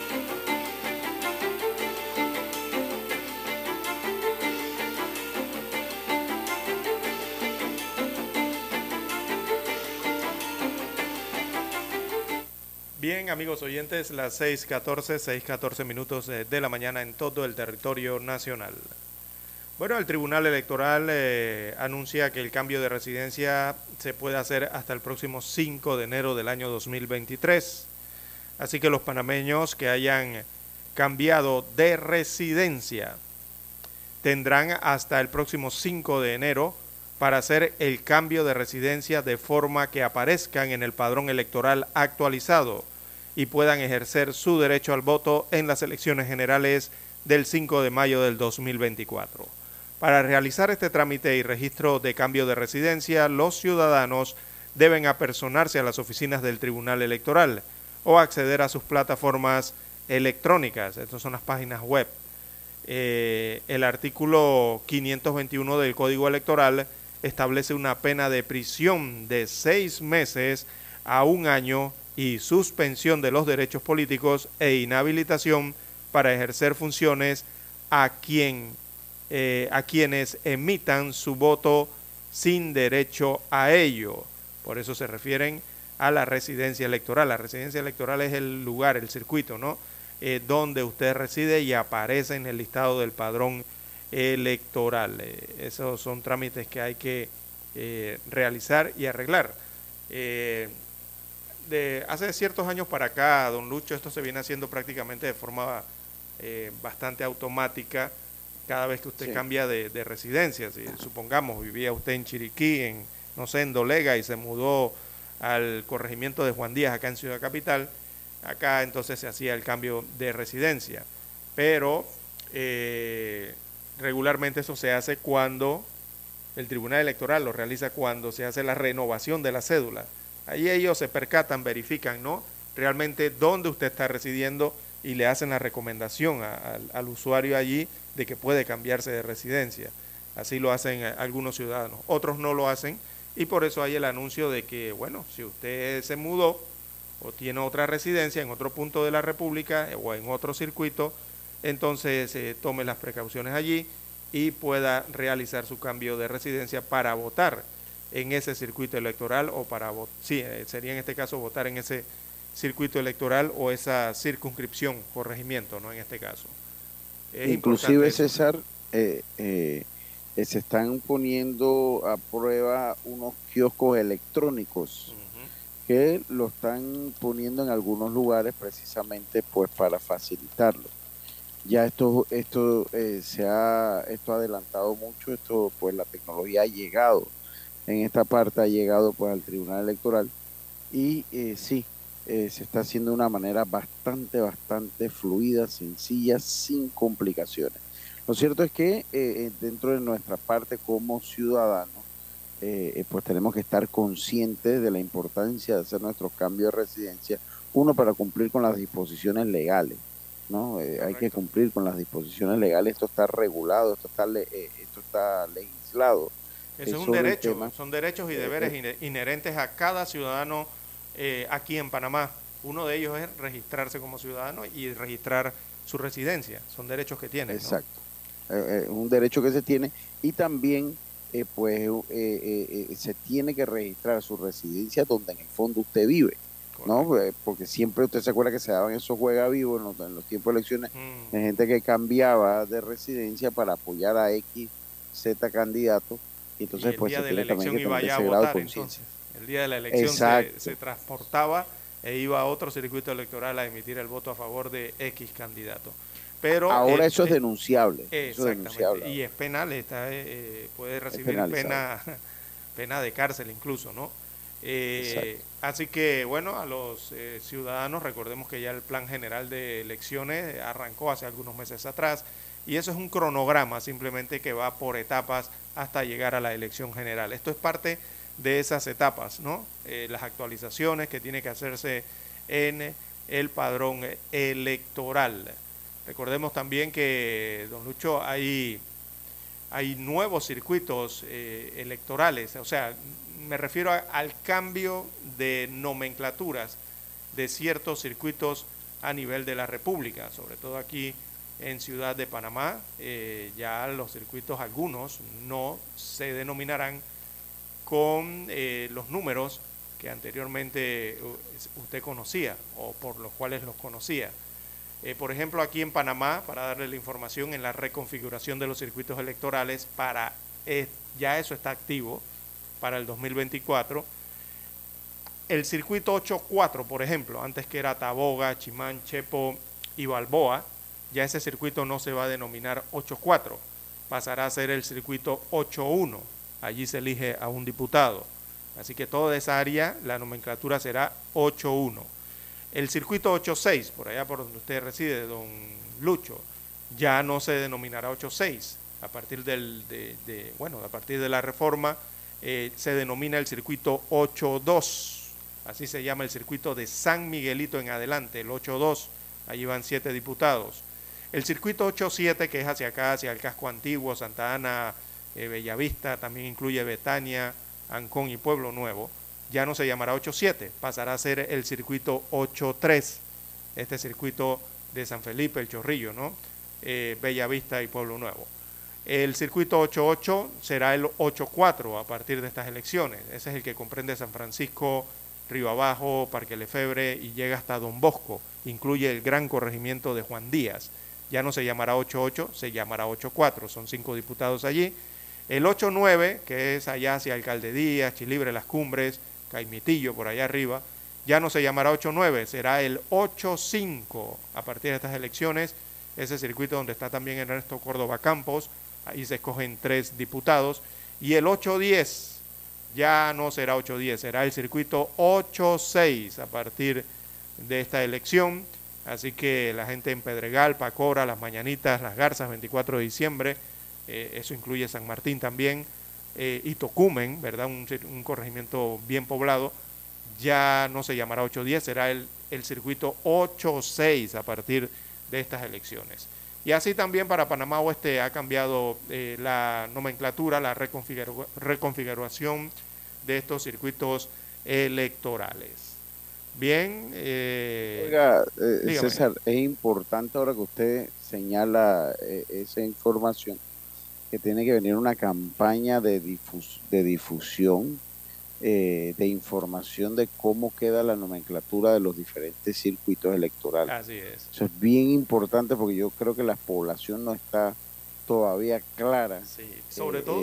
Bien, amigos oyentes, las 6:14 minutos de la mañana en todo el territorio nacional. Bueno, el Tribunal Electoral anuncia que el cambio de residencia se puede hacer hasta el próximo 5 de enero del año 2023. Así que los panameños que hayan cambiado de residencia tendrán hasta el próximo 5 de enero para hacer el cambio de residencia de forma que aparezcan en el padrón electoral actualizado y puedan ejercer su derecho al voto en las elecciones generales del 5 de mayo del 2024. Para realizar este trámite y registro de cambio de residencia, los ciudadanos deben apersonarse a las oficinas del Tribunal Electoral o acceder a sus plataformas electrónicas. Estas son las páginas web. El artículo 521 del Código Electoral establece una pena de prisión de 6 meses a 1 año y suspensión de los derechos políticos e inhabilitación para ejercer funciones a quienes emitan su voto sin derecho a ello. Por eso se refieren a la residencia electoral. La residencia electoral es el lugar, el circuito, ¿no? Donde usted reside y aparece en el listado del padrón electoral. Esos son trámites que hay que realizar y arreglar. De hace ciertos años para acá, don Lucho, esto se viene haciendo prácticamente de forma bastante automática cada vez que usted cambia de residencia. Si supongamos vivía usted en Chiriquí, en Dolega, y se mudó al corregimiento de Juan Díaz acá en Ciudad Capital, acá entonces se hacía el cambio de residencia. Pero regularmente eso se hace cuando el Tribunal Electoral lo realiza cuando se hace la renovación de la cédula. Ahí ellos se percatan, verifican, ¿no?, realmente dónde usted está residiendo y le hacen la recomendación al usuario allí de que puede cambiarse de residencia. Así lo hacen algunos ciudadanos. Otros no lo hacen y por eso hay el anuncio de que, bueno, si usted se mudó o tiene otra residencia en otro punto de la República o en otro circuito, entonces tome las precauciones allí y pueda realizar su cambio de residencia para votar en ese circuito electoral o sería en este caso votar en ese circuito electoral o esa circunscripción, corregimiento, ¿no?, en este caso. Inclusive, César, se están poniendo a prueba unos kioscos electrónicos que lo están poniendo en algunos lugares precisamente pues para facilitarlo. Ya esto ha adelantado mucho, esto pues la tecnología ha llegado en esta parte, ha llegado pues al Tribunal Electoral y se está haciendo de una manera bastante fluida, sencilla, sin complicaciones. Lo cierto es que dentro de nuestra parte como ciudadanos, pues tenemos que estar conscientes de la importancia de hacer nuestros cambios de residencia, uno, para cumplir con las disposiciones legales, ¿no? Hay que cumplir con las disposiciones legales, esto está regulado, esto está legislado. Eso es un derecho, son derechos y deberes inherentes a cada ciudadano aquí en Panamá. Uno de ellos es registrarse como ciudadano y registrar su residencia, son derechos que tiene. Exacto, ¿no? Un derecho que se tiene y también se tiene que registrar su residencia donde en el fondo usted vive, ¿no? Porque siempre usted se acuerda que se daban esos juega vivos en los tiempos de elecciones, de gente que cambiaba de residencia para apoyar a X, Z candidato, y entonces y el pues día se de la tiene también elección que iba tener ya ese a grado de votar, conciencia. El día de la elección Exacto. se transportaba e iba a otro circuito electoral a emitir el voto a favor de X candidato. Pero Ahora eso es denunciable. Eso es exactamente, denunciable. y es penal, puede Es recibir penalizado. pena de cárcel incluso, ¿no? Exacto. Así que, bueno, a los ciudadanos, recordemos que ya el Plan General de Elecciones arrancó hace algunos meses atrás, y eso es un cronograma simplemente que va por etapas hasta llegar a la elección general. Esto es parte de esas etapas, ¿no? Las actualizaciones que tiene que hacerse en el padrón electoral. Recordemos también que, don Lucho, hay nuevos circuitos electorales, o sea, me refiero al cambio de nomenclaturas de ciertos circuitos a nivel de la República, sobre todo aquí en Ciudad de Panamá. Ya los circuitos, algunos, no se denominarán con los números que anteriormente usted conocía o por los cuales los conocía. Por ejemplo, aquí en Panamá, para darle la información, en la reconfiguración de los circuitos electorales, ya eso está activo para el 2024. El circuito 8-4, por ejemplo, antes que era Taboga, Chimán, Chepo y Balboa, ya ese circuito no se va a denominar 8-4, pasará a ser el circuito 8-1. Allí se elige a un diputado. Así que toda esa área, la nomenclatura será 8-1. El circuito 8-6, por allá por donde usted reside, don Lucho, ya no se denominará 8-6. A partir a partir de la reforma se denomina el circuito 8-2. Así se llama el circuito de San Miguelito en adelante, el 8-2. Allí van 7 diputados. El circuito 8-7, que es hacia acá, hacia el casco antiguo, Santa Ana, Bellavista, también incluye Betania, Ancón y Pueblo Nuevo, ya no se llamará 8-7, pasará a ser el circuito 8-3, este circuito de San Felipe, El Chorrillo, ¿no? Bellavista y Pueblo Nuevo. El circuito 8-8 será el 8-4 a partir de estas elecciones. Ese es el que comprende San Francisco, Río Abajo, Parque Lefebvre y llega hasta Don Bosco. Incluye el gran corregimiento de Juan Díaz. Ya no se llamará 8-8, se llamará 8-4. Son 5 diputados allí. El 8-9, que es allá hacia Alcalde Díaz, Chilibre, Las Cumbres, Caimitillo, por allá arriba, ya no se llamará 8-9, será el 8-5 a partir de estas elecciones. Ese circuito donde está también Ernesto Córdoba Campos, ahí se escogen 3 diputados. Y el 8-10 ya no será 8-10, será el circuito 8-6 a partir de esta elección. Así que la gente en Pedregal, Pacora, Las Mañanitas, Las Garzas, 24 de diciembre, eso incluye San Martín también, y Tocumen, ¿verdad? Un corregimiento bien poblado, ya no se llamará 8-10, será el circuito 8-6 a partir de estas elecciones. Y así también para Panamá Oeste ha cambiado la nomenclatura, la reconfiguración de estos circuitos electorales. Bien. Oiga, César, es importante ahora que usted señala esa información, que tiene que venir una campaña de difusión, de información de cómo queda la nomenclatura de los diferentes circuitos electorales. Así es. Eso es bien importante porque yo creo que la población no está todavía clara. Sí, sobre todo.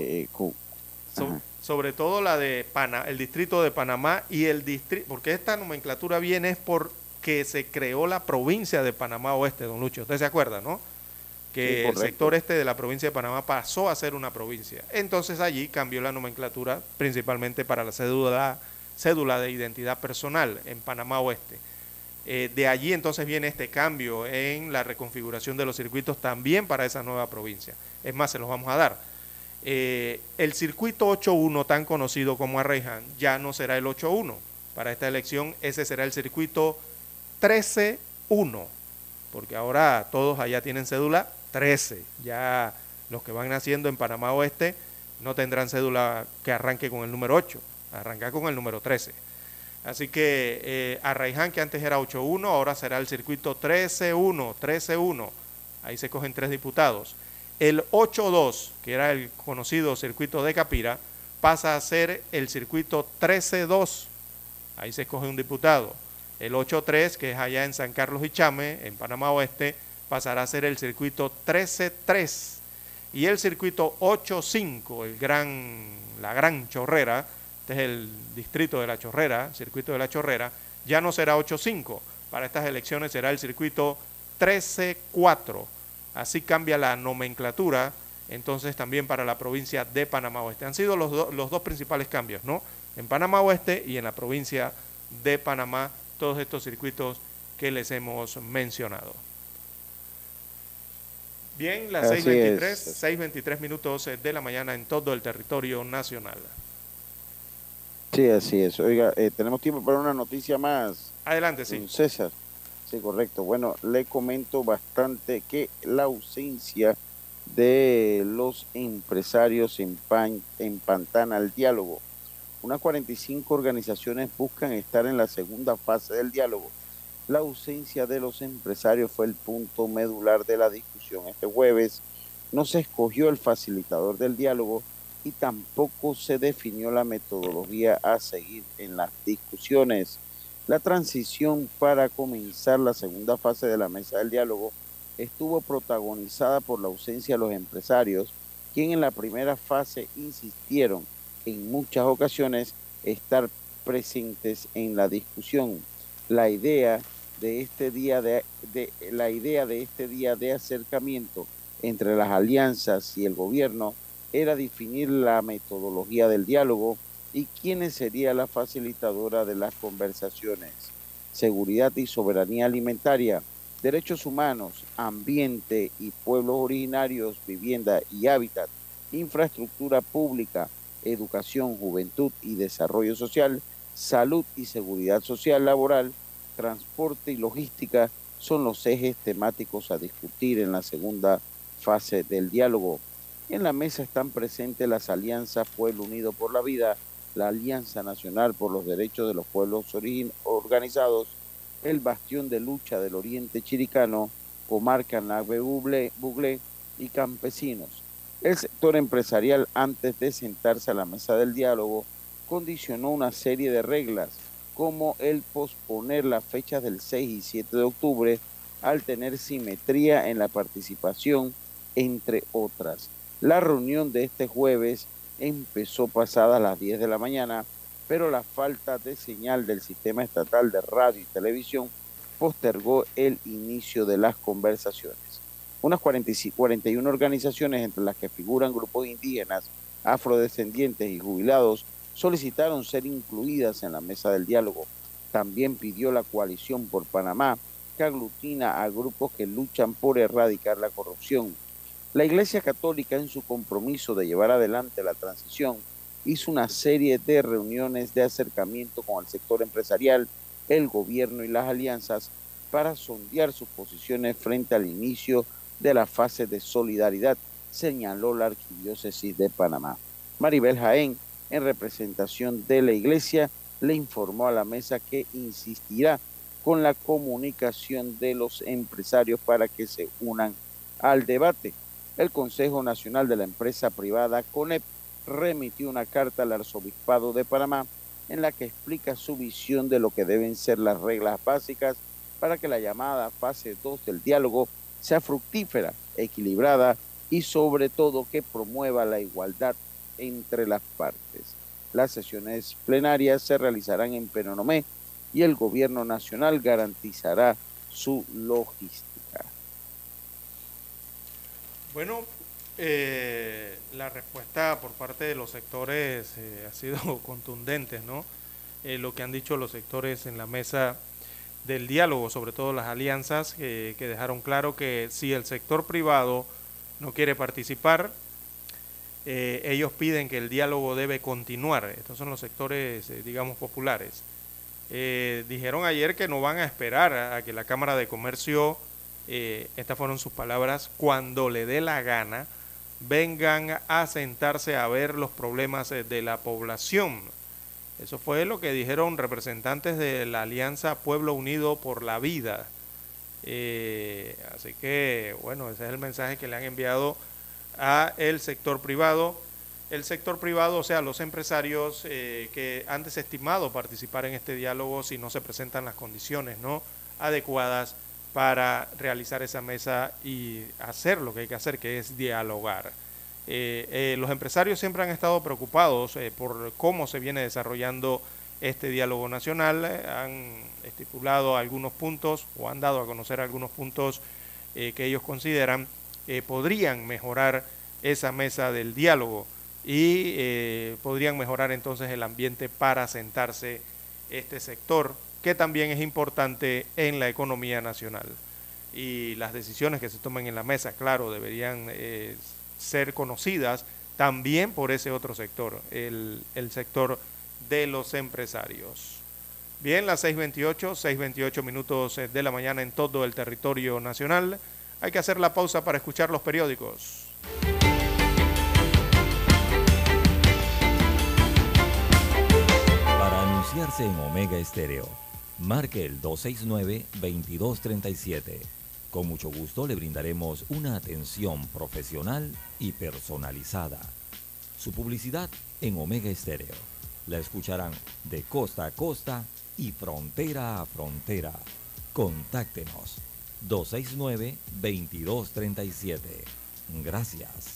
Sobre todo la de el distrito de Panamá y el distrito, porque esta nomenclatura viene es porque se creó la provincia de Panamá Oeste, don Lucho. ¿Usted se acuerda, no? Que sí, el sector este de la provincia de Panamá pasó a ser una provincia. Entonces allí cambió la nomenclatura principalmente para la cédula de identidad personal en Panamá Oeste. De allí entonces viene este cambio en la reconfiguración de los circuitos también para esa nueva provincia. Es más, se los vamos a dar. El circuito 8-1, tan conocido como Arraiján, ya no será el 8-1. Para esta elección ese será el circuito 13-1, porque ahora todos allá tienen cédula 13. Ya los que van naciendo en Panamá Oeste no tendrán cédula que arranque con el número 8, arrancar con el número 13. Así que Arraiján, que antes era 8-1, ahora será el circuito 13-1. Ahí se cogen 3 diputados. El 8-2, que era el conocido circuito de Capira, pasa a ser el circuito 13-2. Ahí se escoge un diputado. El 8-3, que es allá en San Carlos y Chame, en Panamá Oeste, pasará a ser el circuito 13-3. Y el circuito 8-5, la gran chorrera, este es el distrito de La Chorrera, circuito de La Chorrera, ya no será 8-5, para estas elecciones será el circuito 13-4, así cambia la nomenclatura, entonces también para la provincia de Panamá Oeste. Han sido los dos principales cambios, ¿no? En Panamá Oeste y en la provincia de Panamá, todos estos circuitos que les hemos mencionado. Bien, las 6:23 minutos de la mañana en todo el territorio nacional. Sí, así es. Oiga, tenemos tiempo para una noticia más. Adelante, sí. Don César. Sí, correcto. Bueno, le comento bastante que la ausencia de los empresarios empantana el diálogo. Unas 45 organizaciones buscan estar en la segunda fase del diálogo. La ausencia de los empresarios fue el punto medular de la discusión. Este jueves no se escogió el facilitador del diálogo y tampoco se definió la metodología a seguir en las discusiones. La transición para comenzar la segunda fase de la mesa del diálogo estuvo protagonizada por la ausencia de los empresarios, quienes en la primera fase insistieron en muchas ocasiones estar presentes en la discusión. La idea de este día de acercamiento entre las alianzas y el gobierno era definir la metodología del diálogo y quién sería la facilitadora de las conversaciones. Seguridad y soberanía alimentaria, derechos humanos, ambiente y pueblos originarios, vivienda y hábitat, infraestructura pública, educación, juventud y desarrollo social, salud y seguridad social laboral, transporte y logística son los ejes temáticos a discutir en la segunda fase del diálogo. En la mesa están presentes las alianzas Pueblo Unido por la Vida, la Alianza Nacional por los Derechos de los Pueblos Organizados, el Bastión de Lucha del Oriente Chiricano, Comarca Nagbe-Buglé y Campesinos. El sector empresarial, antes de sentarse a la mesa del diálogo, condicionó una serie de reglas, como el posponer las fechas del 6 y 7 de octubre al tener simetría en la participación, entre otras. La reunión de este jueves empezó pasadas las 10 de la mañana, pero la falta de señal del sistema estatal de radio y televisión postergó el inicio de las conversaciones. Unas 41 organizaciones, entre las que figuran grupos indígenas, afrodescendientes y jubilados, solicitaron ser incluidas en la mesa del diálogo. También pidió la Coalición por Panamá, que aglutina a grupos que luchan por erradicar la corrupción. La Iglesia Católica, en su compromiso de llevar adelante la transición, hizo una serie de reuniones de acercamiento con el sector empresarial, el gobierno y las alianzas para sondear sus posiciones frente al inicio de la fase de solidaridad, señaló la Arquidiócesis de Panamá. Maribel Jaén, en representación de la Iglesia, le informó a la mesa que insistirá con la comunicación de los empresarios para que se unan al debate. El Consejo Nacional de la Empresa Privada, CONEP, remitió una carta al Arzobispado de Panamá en la que explica su visión de lo que deben ser las reglas básicas para que la llamada fase 2 del diálogo sea fructífera, equilibrada y sobre todo que promueva la igualdad entre las partes. Las sesiones plenarias se realizarán en Penonomé y el gobierno nacional garantizará su logística. Bueno, la respuesta por parte de los sectores ha sido contundente, ¿no? Lo que han dicho los sectores en la mesa del diálogo, sobre todo las alianzas, que dejaron claro que si el sector privado no quiere participar, ellos piden que el diálogo debe continuar. Estos son los sectores, digamos, populares. Dijeron ayer que no van a esperar a que la Cámara de Comercio, estas fueron sus palabras, cuando le dé la gana, vengan a sentarse a ver los problemas de la población. Eso fue lo que dijeron representantes de la Alianza Pueblo Unido por la Vida. Así que, bueno, ese es el mensaje que le han enviado a el sector privado. El sector privado, o sea, los empresarios que han desestimado participar en este diálogo si no se presentan las condiciones, ¿no?, adecuadas para realizar esa mesa y hacer lo que hay que hacer, que es dialogar. Los empresarios siempre han estado preocupados por cómo se viene desarrollando este diálogo nacional. Han estipulado algunos puntos o han dado a conocer algunos puntos que ellos consideran podrían mejorar esa mesa del diálogo y podrían mejorar entonces el ambiente para sentarse este sector, que también es importante en la economía nacional. Y las decisiones que se tomen en la mesa, claro, deberían ser conocidas también por ese otro sector, el sector de los empresarios. Bien, las 6:28 minutos de la mañana en todo el territorio nacional. Hay que hacer la pausa para escuchar los periódicos. Para anunciarse en Omega Estéreo, marque el 269-2237. Con mucho gusto le brindaremos una atención profesional y personalizada. Su publicidad en Omega Estéreo. La escucharán de costa a costa y frontera a frontera. Contáctenos 269-2237. Gracias.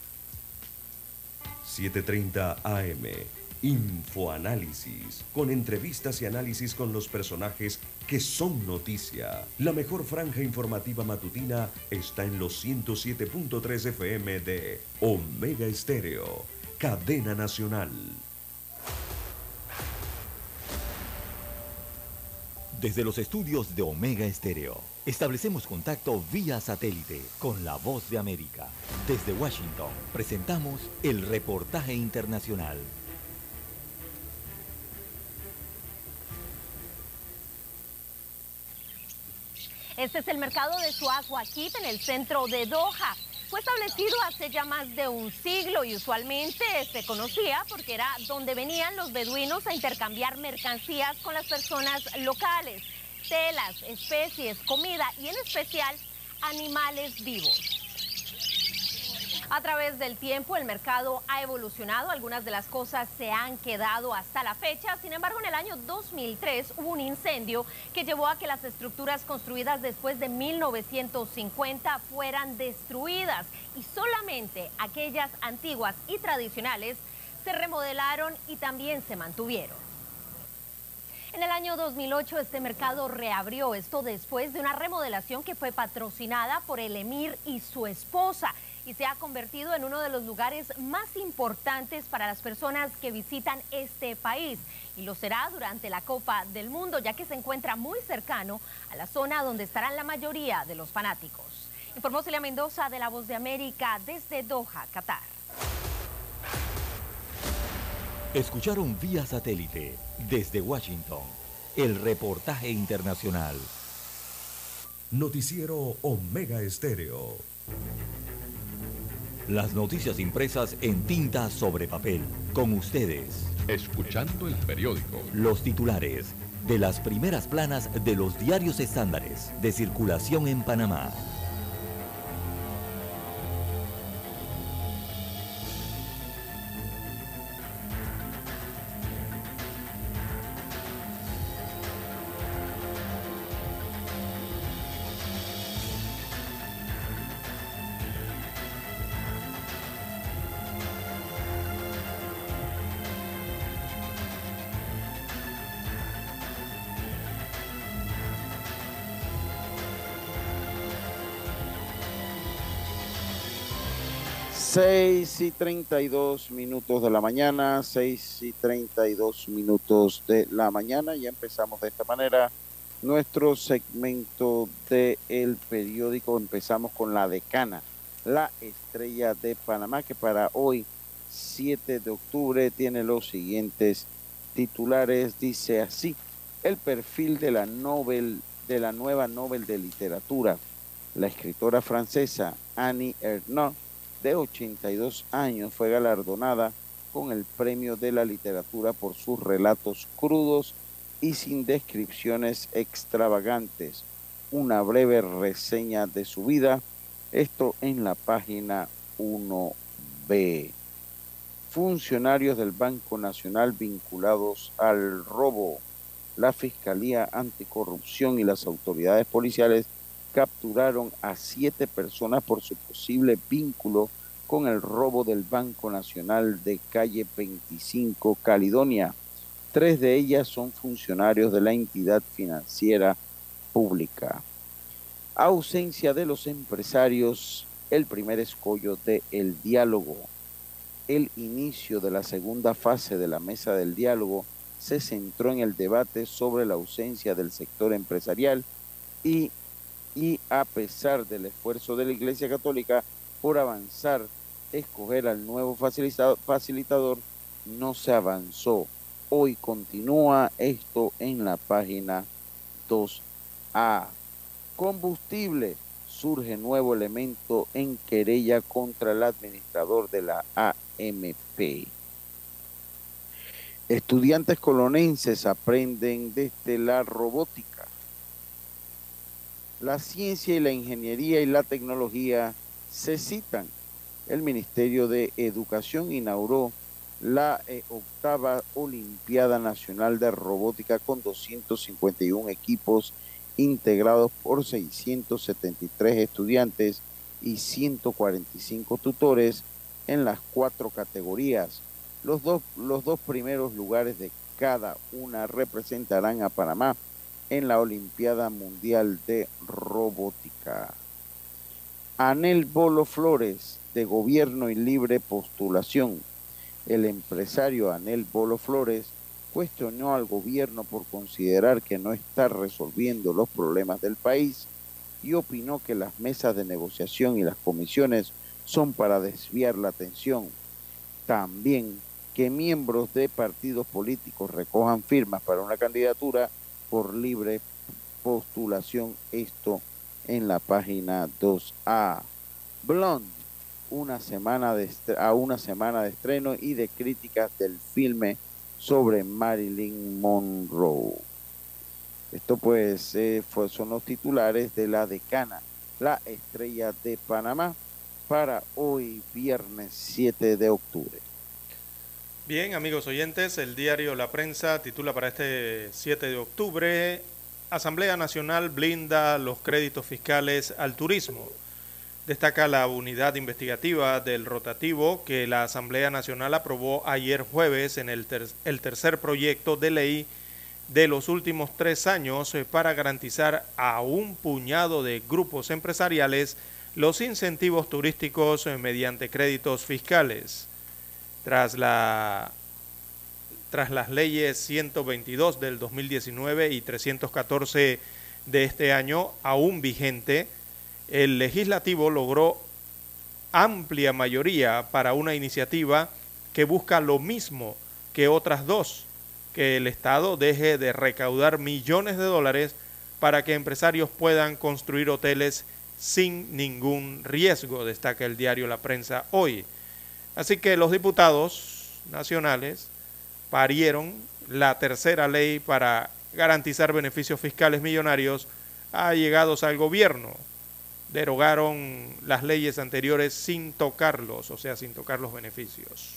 7:30 AM. Infoanálisis, con entrevistas y análisis con los personajes que son noticia. La mejor franja informativa matutina está en los 107.3 FM de Omega Estéreo, cadena nacional. Desde los estudios de Omega Estéreo, establecemos contacto vía satélite con la Voz de América. Desde Washington, presentamos el reportaje internacional. Este es el mercado de Suaz Waqif en el centro de Doha. Fue establecido hace ya más de un siglo y usualmente se conocía porque era donde venían los beduinos a intercambiar mercancías con las personas locales, telas, especies, comida y en especial animales vivos. A través del tiempo el mercado ha evolucionado, algunas de las cosas se han quedado hasta la fecha. Sin embargo, en el año 2003 hubo un incendio que llevó a que las estructuras construidas después de 1950 fueran destruidas y solamente aquellas antiguas y tradicionales se remodelaron y también se mantuvieron. En el año 2008 este mercado reabrió, esto después de una remodelación que fue patrocinada por el emir y su esposa, y se ha convertido en uno de los lugares más importantes para las personas que visitan este país. Y lo será durante la Copa del Mundo, ya que se encuentra muy cercano a la zona donde estarán la mayoría de los fanáticos. Informó Celia Mendoza de La Voz de América desde Doha, Qatar. Escucharon vía satélite desde Washington el reportaje internacional. Noticiero Omega Estéreo. Las noticias impresas en tinta sobre papel. Con ustedes. Escuchando el periódico. Los titulares de las primeras planas de los diarios estándares de circulación en Panamá. Seis y 32 minutos de la mañana, 6:32 de la mañana. Ya empezamos de esta manera nuestro segmento de el periódico. Empezamos con la decana, La Estrella de Panamá, que para hoy, 7 de octubre, tiene los siguientes titulares. Dice así: el perfil de la nueva Nobel de Literatura. La escritora francesa Annie Ernaux, de 82 años, fue galardonada con el Premio de la Literatura por sus relatos crudos y sin descripciones extravagantes. Una breve reseña de su vida, esto en la página 1B. Funcionarios del Banco Nacional vinculados al robo. La Fiscalía Anticorrupción y las autoridades policiales capturaron a 7 personas por su posible vínculo con el robo del Banco Nacional de calle 25 Caledonia. 3 de ellas son funcionarios de la entidad financiera pública. Ausencia de los empresarios, el primer escollo del diálogo. El inicio de la segunda fase de la mesa del diálogo se centró en el debate sobre la ausencia del sector empresarial y a pesar del esfuerzo de la Iglesia Católica por avanzar, escoger al nuevo facilitador, no se avanzó. Hoy continúa esto en la página 2A. Combustible. Surge nuevo elemento en querella contra el administrador de la AMP. Estudiantes colonenses aprenden desde la robótica. La ciencia y la ingeniería y la tecnología se citan. El Ministerio de Educación inauguró la 8ª Olimpiada Nacional de Robótica con 251 equipos integrados por 673 estudiantes y 145 tutores en las 4 categorías. Los dos primeros lugares de cada una representarán a Panamá en la Olimpiada Mundial de Robótica. Anel Bolo Flores, de Gobierno y Libre Postulación. El empresario Anel Bolo Flores cuestionó al gobierno por considerar que no está resolviendo los problemas del país y opinó que las mesas de negociación y las comisiones son para desviar la atención. También que miembros de partidos políticos recojan firmas para una candidatura por libre postulación, esto en la página 2A. Blonde, a una semana de estreno y de críticas del filme sobre Marilyn Monroe. Esto pues son los titulares de La Decana, la estrella de Panamá, para hoy viernes 7 de octubre. Bien, amigos oyentes, el diario La Prensa titula para este 7 de octubre: Asamblea Nacional blinda los créditos fiscales al turismo. Destaca la unidad investigativa del rotativo que la Asamblea Nacional aprobó ayer jueves en el tercer proyecto de ley de los últimos 3 años para garantizar a un puñado de grupos empresariales los incentivos turísticos mediante créditos fiscales. Tras las leyes 122 del 2019 y 314 de este año aún vigente, el legislativo logró amplia mayoría para una iniciativa que busca lo mismo que otras 2, que el Estado deje de recaudar millones de dólares para que empresarios puedan construir hoteles sin ningún riesgo, destaca el diario La Prensa hoy. Así que los diputados nacionales parieron la tercera ley para garantizar beneficios fiscales millonarios allegados al gobierno. Derogaron las leyes anteriores sin tocarlos, o sea, sin tocar los beneficios.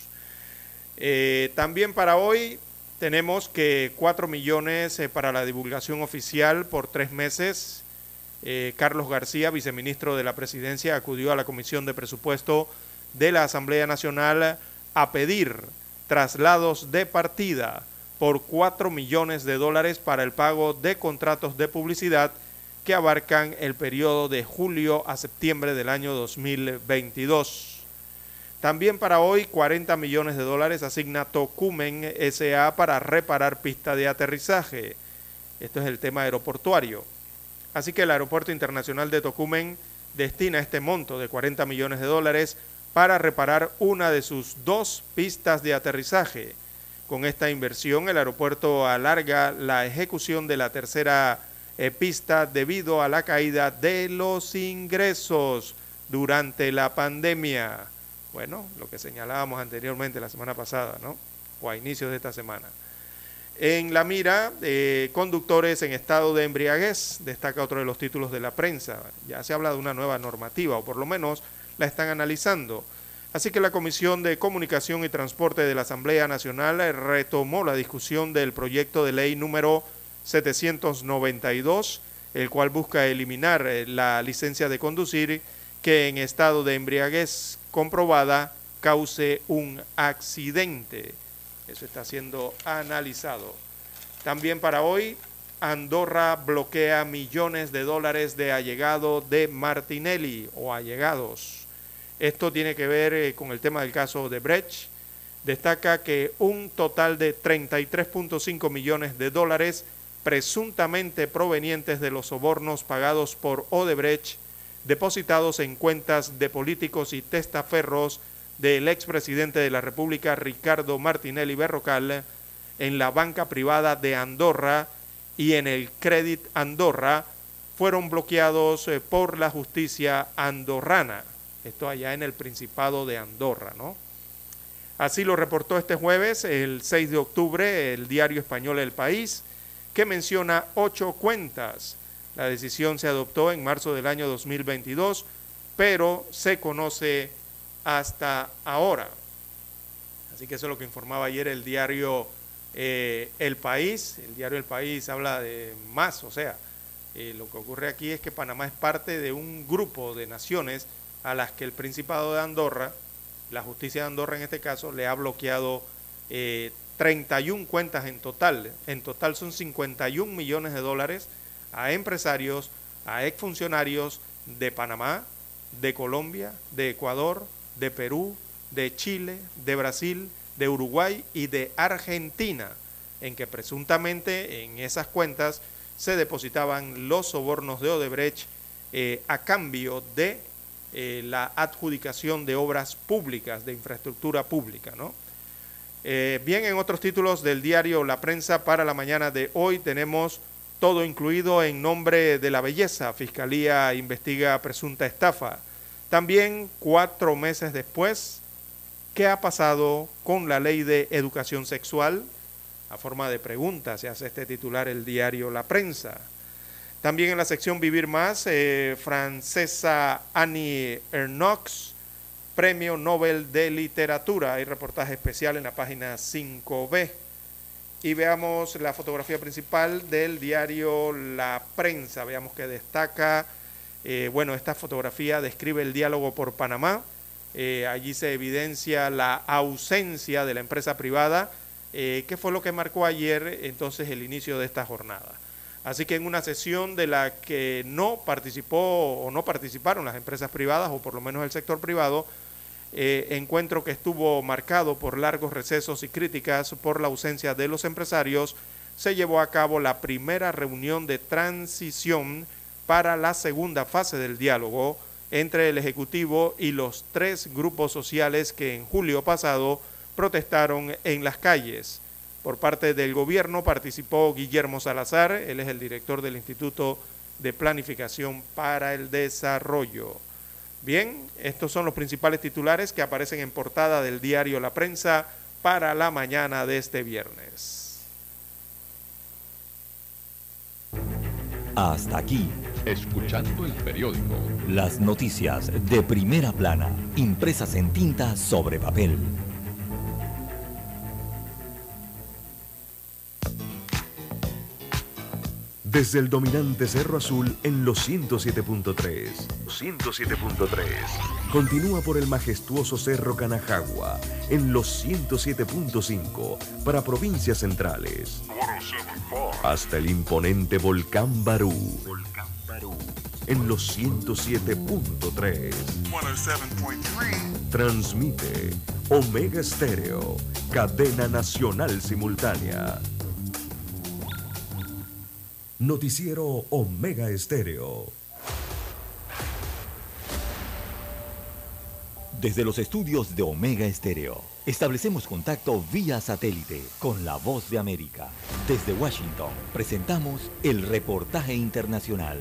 También para hoy tenemos que 4 millones para la divulgación oficial por 3 meses. Carlos García, viceministro de la Presidencia, acudió a la Comisión de Presupuesto de la Asamblea Nacional a pedir traslados de partida por 4 millones de dólares para el pago de contratos de publicidad que abarcan el periodo de julio a septiembre del año 2022. También para hoy 40 millones de dólares asigna Tocumen S.A. para reparar pista de aterrizaje. Esto es el tema aeroportuario. Así que el Aeropuerto Internacional de Tocumen destina este monto de 40 millones de dólares para reparar una de sus 2 pistas de aterrizaje. Con esta inversión, el aeropuerto alarga la ejecución de la tercera pista debido a la caída de los ingresos durante la pandemia. Bueno, lo que señalábamos anteriormente la semana pasada, ¿no? O a inicios de esta semana. En la mira, conductores en estado de embriaguez, destaca otro de los títulos de La Prensa. Ya se habla de una nueva normativa, o por lo menos la están analizando. Así que la Comisión de Comunicación y Transporte de la Asamblea Nacional retomó la discusión del proyecto de ley número 792, el cual busca eliminar la licencia de conducir que en estado de embriaguez comprobada cause un accidente. Eso está siendo analizado. También para hoy, Andorra bloquea millones de dólares de allegado de Martinelli o allegados. Esto tiene que ver con el tema del caso de Brecht. Destaca que un total de 33.5 millones de dólares presuntamente provenientes de los sobornos pagados por Odebrecht, depositados en cuentas de políticos y testaferros del expresidente de la República, Ricardo Martinelli Berrocal, en la banca privada de Andorra y en el Credit Andorra, fueron bloqueados por la justicia andorrana. Esto allá en el Principado de Andorra, ¿no? Así lo reportó este jueves, el 6 de octubre, el diario español El País, que menciona 8 cuentas. La decisión se adoptó en marzo del año 2022, pero se conoce hasta ahora. Así que eso es lo que informaba ayer el diario El País. El diario El País habla de más, o sea, lo que ocurre aquí es que Panamá es parte de un grupo de naciones a las que el Principado de Andorra, la justicia de Andorra en este caso, le ha bloqueado 31 cuentas en total. En total son 51 millones de dólares a empresarios, a exfuncionarios de Panamá, de Colombia, de Ecuador, de Perú, de Chile, de Brasil, de Uruguay y de Argentina, en que presuntamente en esas cuentas se depositaban los sobornos de Odebrecht a cambio de la adjudicación de obras públicas, de infraestructura pública, ¿no? Bien, en otros títulos del diario La Prensa para la mañana de hoy tenemos todo incluido en nombre de la belleza. Fiscalía investiga presunta estafa. También 4 meses después, ¿qué ha pasado con la ley de educación sexual? A forma de pregunta se hace este titular el diario La Prensa. También en la sección Vivir Más, francesa Annie Ernaux, Premio Nobel de Literatura. Hay reportaje especial en la página 5B. Y veamos la fotografía principal del diario La Prensa. Veamos que destaca, esta fotografía describe el diálogo por Panamá. Allí se evidencia la ausencia de la empresa privada, que fue lo que marcó ayer entonces el inicio de esta jornada. Así que en una sesión de la que no participó o no participaron las empresas privadas, o por lo menos el sector privado, encuentro que estuvo marcado por largos recesos y críticas por la ausencia de los empresarios, se llevó a cabo la primera reunión de transición para la segunda fase del diálogo entre el Ejecutivo y los 3 grupos sociales que en julio pasado protestaron en las calles. Por parte del gobierno participó Guillermo Salazar, él es el director del Instituto de Planificación para el Desarrollo. Bien, estos son los principales titulares que aparecen en portada del diario La Prensa para la mañana de este viernes. Hasta aquí, escuchando el periódico. Las noticias de primera plana, impresas en tinta sobre papel. Desde el dominante Cerro Azul en los 107.3. 107.3. Continúa por el majestuoso Cerro Canajagua en los 107.5 para provincias centrales. Hasta el imponente Volcán Barú en los 107.3. Transmite Omega Estéreo, cadena nacional simultánea. Noticiero Omega Estéreo. Desde los estudios de Omega Estéreo, establecemos contacto vía satélite con la Voz de América. Desde Washington, presentamos el reportaje internacional.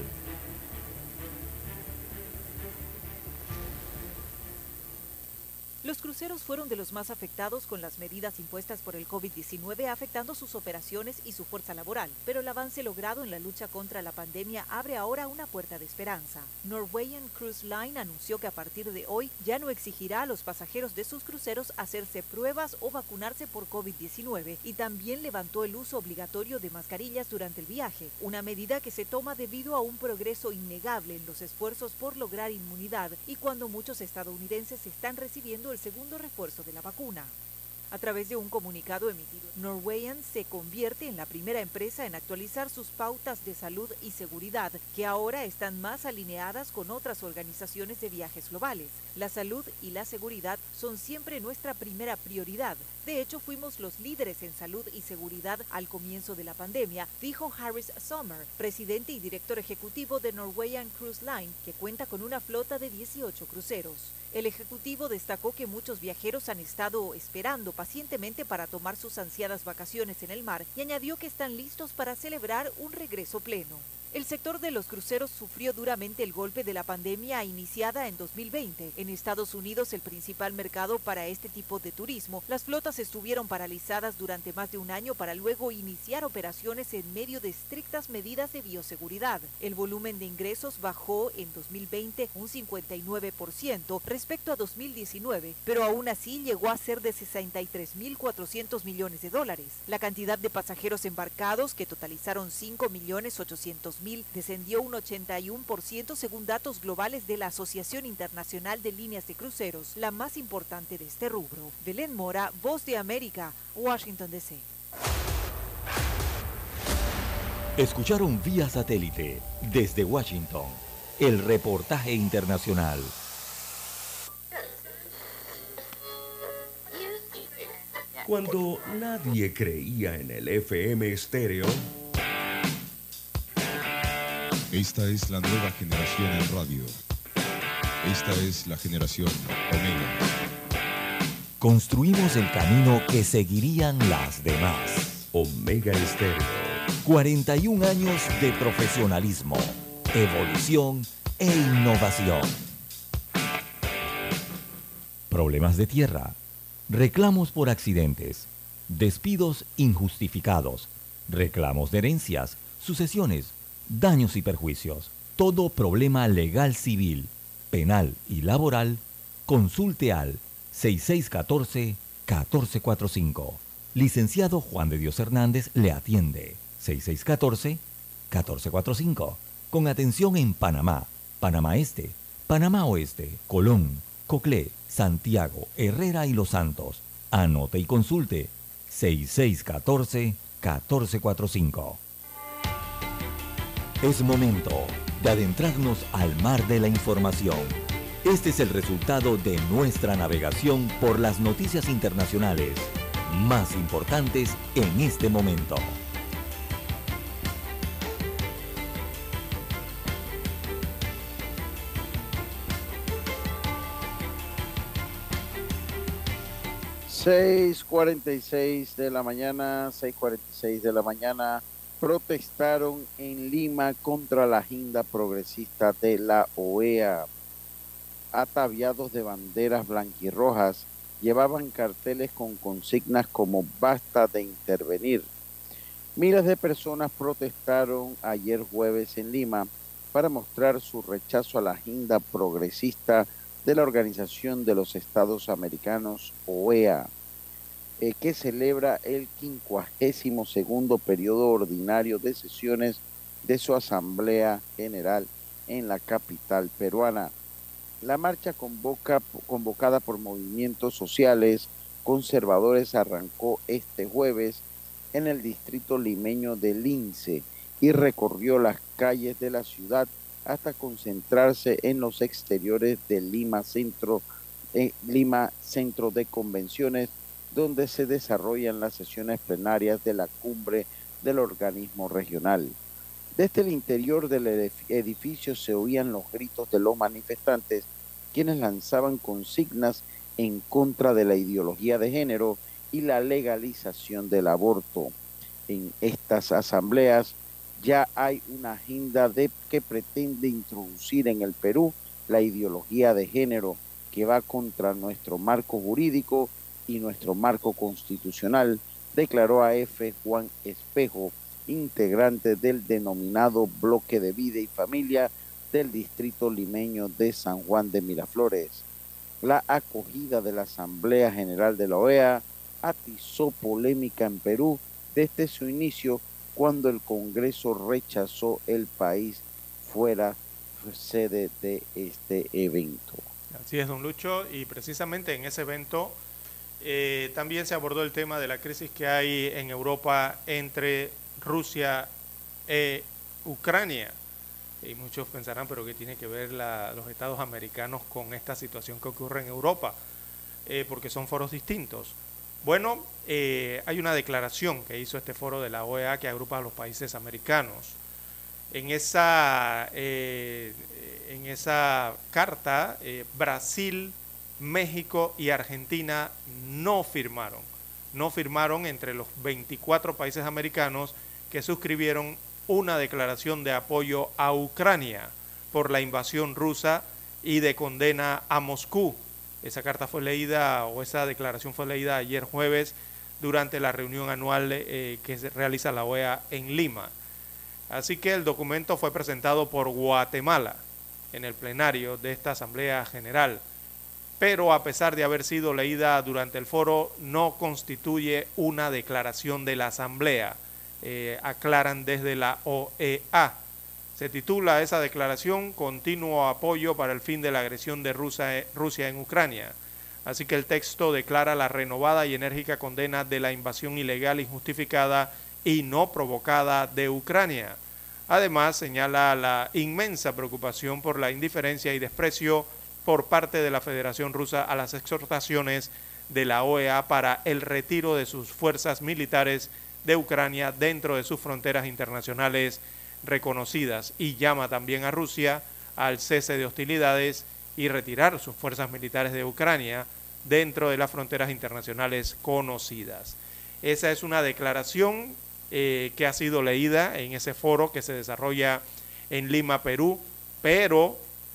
Los cruceros fueron de los más afectados con las medidas impuestas por el COVID-19 afectando sus operaciones y su fuerza laboral, pero el avance logrado en la lucha contra la pandemia abre ahora una puerta de esperanza. Norwegian Cruise Line anunció que a partir de hoy ya no exigirá a los pasajeros de sus cruceros hacerse pruebas o vacunarse por COVID-19 y también levantó el uso obligatorio de mascarillas durante el viaje, una medida que se toma debido a un progreso innegable en los esfuerzos por lograr inmunidad y cuando muchos estadounidenses están recibiendo el segundo refuerzo de la vacuna. A través de un comunicado emitido, Norwegian se convierte en la primera empresa en actualizar sus pautas de salud y seguridad, que ahora están más alineadas con otras organizaciones de viajes globales. La salud y la seguridad son siempre nuestra primera prioridad. De hecho, fuimos los líderes en salud y seguridad al comienzo de la pandemia, dijo Harris Sommer, presidente y director ejecutivo de Norwegian Cruise Line, que cuenta con una flota de 18 cruceros. El ejecutivo destacó que muchos viajeros han estado esperando pacientemente para tomar sus ansiadas vacaciones en el mar y añadió que están listos para celebrar un regreso pleno. El sector de los cruceros sufrió duramente el golpe de la pandemia iniciada en 2020. En Estados Unidos, el principal mercado para este tipo de turismo, las flotas estuvieron paralizadas durante más de un año para luego iniciar operaciones en medio de estrictas medidas de bioseguridad. El volumen de ingresos bajó en 2020 un 59% respecto a 2019, pero aún así llegó a ser de 63.400 millones de dólares. La cantidad de pasajeros embarcados, que totalizaron 5.800.000, descendió un 81% según datos globales de la Asociación Internacional de Líneas de Cruceros, la más importante de este rubro. Belén Mora, Voz de América, Washington DC. Escucharon vía satélite desde Washington el reportaje internacional. Cuando nadie creía en el FM estéreo, esta es la nueva generación en radio. Esta es la generación Omega. Construimos el camino que seguirían las demás. Omega Estéreo. 41 años de profesionalismo, evolución e innovación. Problemas de tierra, reclamos por accidentes, despidos injustificados, reclamos de herencias, sucesiones, daños y perjuicios. Todo problema legal civil, penal y laboral, consulte al 6614-1445. Licenciado Juan de Dios Hernández le atiende. 6614-1445. Con atención en Panamá, Panamá Este, Panamá Oeste, Colón, Coclé, Santiago, Herrera y Los Santos. Anote y consulte 6614-1445. Es momento de adentrarnos al mar de la información. Este es el resultado de nuestra navegación por las noticias internacionales más importantes en este momento. de la mañana, 6:46 de la mañana, protestaron en Lima contra la agenda progresista de la OEA. Ataviados de banderas blanquirrojas, llevaban carteles con consignas como "Basta de intervenir". Miles de personas protestaron ayer jueves en Lima para mostrar su rechazo a la agenda progresista de la Organización de los Estados Americanos, OEA, que celebra el 52º periodo ordinario de sesiones de su Asamblea General en la capital peruana. La marcha convocada por movimientos sociales conservadores arrancó este jueves en el distrito limeño de Lince y recorrió las calles de la ciudad hasta concentrarse en los exteriores de Lima Centro de Convenciones, donde se desarrollan las sesiones plenarias de la cumbre del organismo regional. Desde el interior del edificio se oían los gritos de los manifestantes, quienes lanzaban consignas en contra de la ideología de género y la legalización del aborto. En estas asambleas ya hay una agenda que pretende introducir en el Perú la ideología de género, que va contra nuestro marco jurídico y nuestro marco constitucional, declaró AF Juan Espejo, integrante del denominado Bloque de Vida y Familia del distrito limeño de San Juan de Miraflores. La acogida de la Asamblea General de la OEA atizó polémica en Perú desde su inicio, cuando el Congreso rechazó el país fuera sede de este evento. Así es, don Lucho, y precisamente en ese evento también se abordó el tema de la crisis que hay en Europa entre Rusia e Ucrania. Y muchos pensarán, pero ¿qué tiene que ver los estados americanos con esta situación que ocurre en Europa? Porque son foros distintos. Bueno, hay una declaración que hizo este foro de la OEA que agrupa a los países americanos. En esa carta, Brasil, México y Argentina no firmaron entre los 24 países americanos que suscribieron una declaración de apoyo a Ucrania por la invasión rusa y de condena a Moscú. Esa carta fue leída, o esa declaración fue leída ayer jueves durante la reunión anual que se realiza la OEA en Lima. Así que el documento fue presentado por Guatemala en el plenario de esta Asamblea General, pero a pesar de haber sido leída durante el foro, no constituye una declaración de la Asamblea, aclaran desde la OEA. Se titula esa declaración Continuo apoyo para el fin de la agresión de Rusia en Ucrania. Así que el texto declara la renovada y enérgica condena de la invasión ilegal, injustificada y no provocada de Ucrania. Además, señala la inmensa preocupación por la indiferencia y desprecio por parte de la Federación Rusa a las exhortaciones de la OEA para el retiro de sus fuerzas militares de Ucrania dentro de sus fronteras internacionales reconocidas, y llama también a Rusia al cese de hostilidades y retirar sus fuerzas militares de Ucrania dentro de las fronteras internacionales conocidas. Esa es una declaración que ha sido leída en ese foro que se desarrolla en Lima, Perú, pero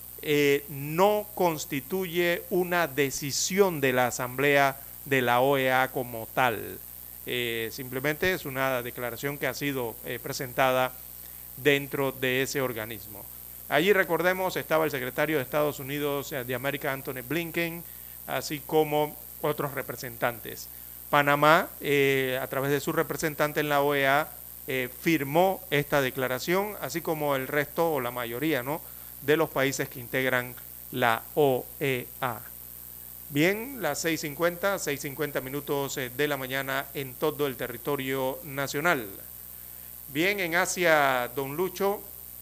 no constituye una decisión de la Asamblea de la OEA como tal. Simplemente es una declaración que ha sido presentada dentro de ese organismo. Allí, recordemos, estaba el secretario de Estados Unidos de América, Anthony Blinken, así como otros representantes. Panamá, a través de su representante en la OEA, firmó esta declaración, así como el resto o la mayoría, ¿no?, de los países que integran la OEA. Bien, las 6:50 minutos de la mañana en todo el territorio nacional. Bien, en Asia, don Lucho,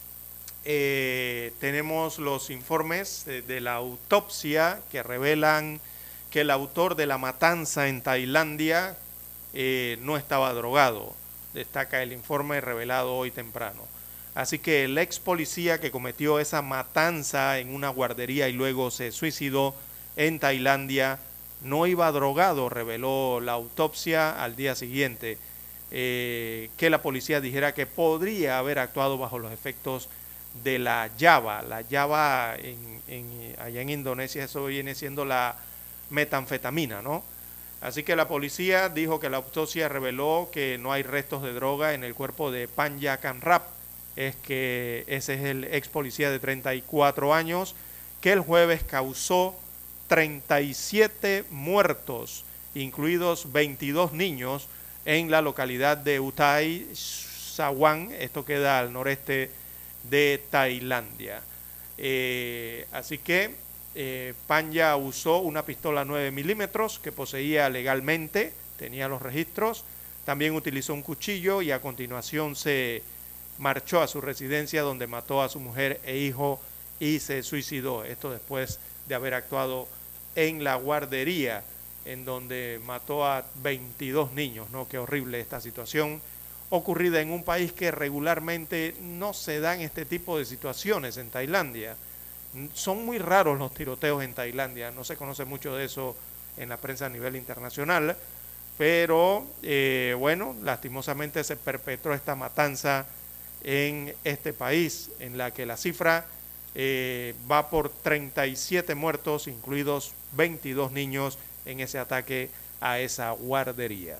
tenemos los informes de la autopsia que revelan que el autor de la matanza en Tailandia no estaba drogado, destaca el informe revelado hoy temprano. Así que el ex policía que cometió esa matanza en una guardería y luego se suicidó en Tailandia no iba drogado, reveló la autopsia al día siguiente, que la policía dijera que podría haber actuado bajo los efectos de la Java. La Java allá en Indonesia, eso viene siendo la metanfetamina, ¿no? Así que la policía dijo que la autopsia reveló que no hay restos de droga en el cuerpo de Panya Kamrap, es que ese es el ex policía de 34 años, que el jueves causó 37 muertos, incluidos 22 niños, en la localidad de Uthai Sawan, esto queda al noreste de Tailandia. Así que Panya usó una pistola 9 milímetros que poseía legalmente, tenía los registros, también utilizó un cuchillo y a continuación se marchó a su residencia donde mató a su mujer e hijo y se suicidó. Esto después de haber actuado en la guardería en donde mató a 22 niños, ¿no? Qué horrible esta situación ocurrida en un país que regularmente no se dan este tipo de situaciones en Tailandia. Son muy raros los tiroteos en Tailandia, no se conoce mucho de eso en la prensa a nivel internacional, pero bueno, lastimosamente se perpetró esta matanza en este país, en la que la cifra va por 37 muertos, incluidos 22 niños en ese ataque a esa guardería.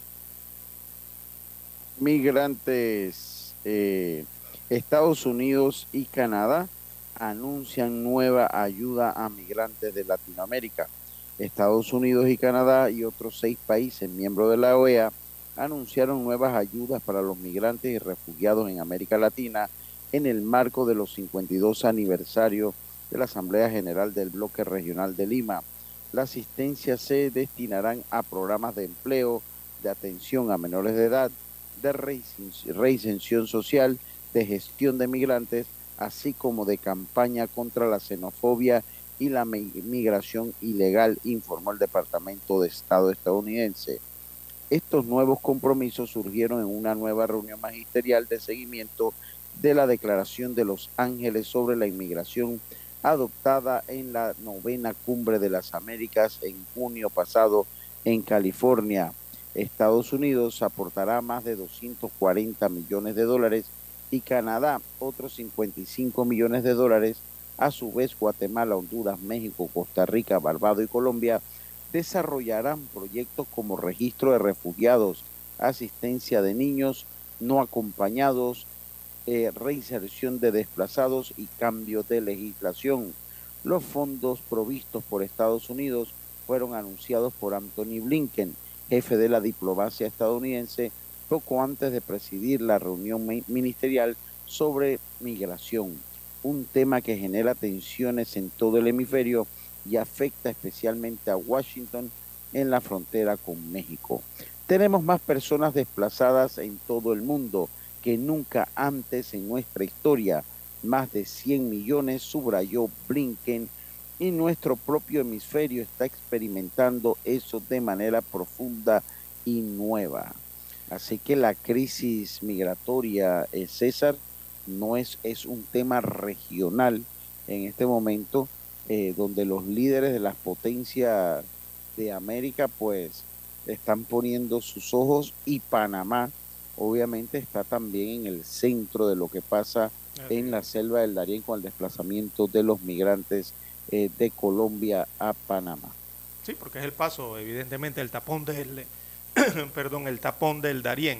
Migrantes, Estados Unidos y Canadá anuncian nueva ayuda a migrantes de Latinoamérica. Estados Unidos y Canadá y otros 6 países miembros de la OEA anunciaron nuevas ayudas para los migrantes y refugiados en América Latina en el marco de los 52 aniversarios de la Asamblea General del Bloque Regional de Lima. La asistencia se destinarán a programas de empleo, de atención a menores de edad, de reinserción social, de gestión de migrantes, así como de campaña contra la xenofobia y la migración ilegal, informó el Departamento de Estado estadounidense. Estos nuevos compromisos surgieron en una nueva reunión magisterial de seguimiento de la Declaración de Los Ángeles sobre la inmigración adoptada en la 9ª Cumbre de las Américas en junio pasado en California. Estados Unidos aportará más de 240 millones de dólares y Canadá otros 55 millones de dólares. A su vez, Guatemala, Honduras, México, Costa Rica, Barbados y Colombia desarrollarán proyectos como registro de refugiados, asistencia de niños no acompañados, reinserción de desplazados y cambio de legislación. Los fondos provistos por Estados Unidos fueron anunciados por Anthony Blinken, jefe de la diplomacia estadounidense, poco antes de presidir la reunión ministerial sobre migración, un tema que genera tensiones en todo el hemisferio y afecta especialmente a Washington en la frontera con México. Tenemos más personas desplazadas en todo el mundo que nunca antes en nuestra historia, más de 100 millones, subrayó Blinken, y nuestro propio hemisferio está experimentando eso de manera profunda y nueva. Así que la crisis migratoria, César, no es un tema regional en este momento, donde los líderes de las potencias de América pues están poniendo sus ojos, y Panamá obviamente está también en el centro de lo que pasa en la selva del Darién con el desplazamiento de los migrantes de Colombia a Panamá. Sí, porque es el paso, evidentemente, el tapón del, el tapón del Darién.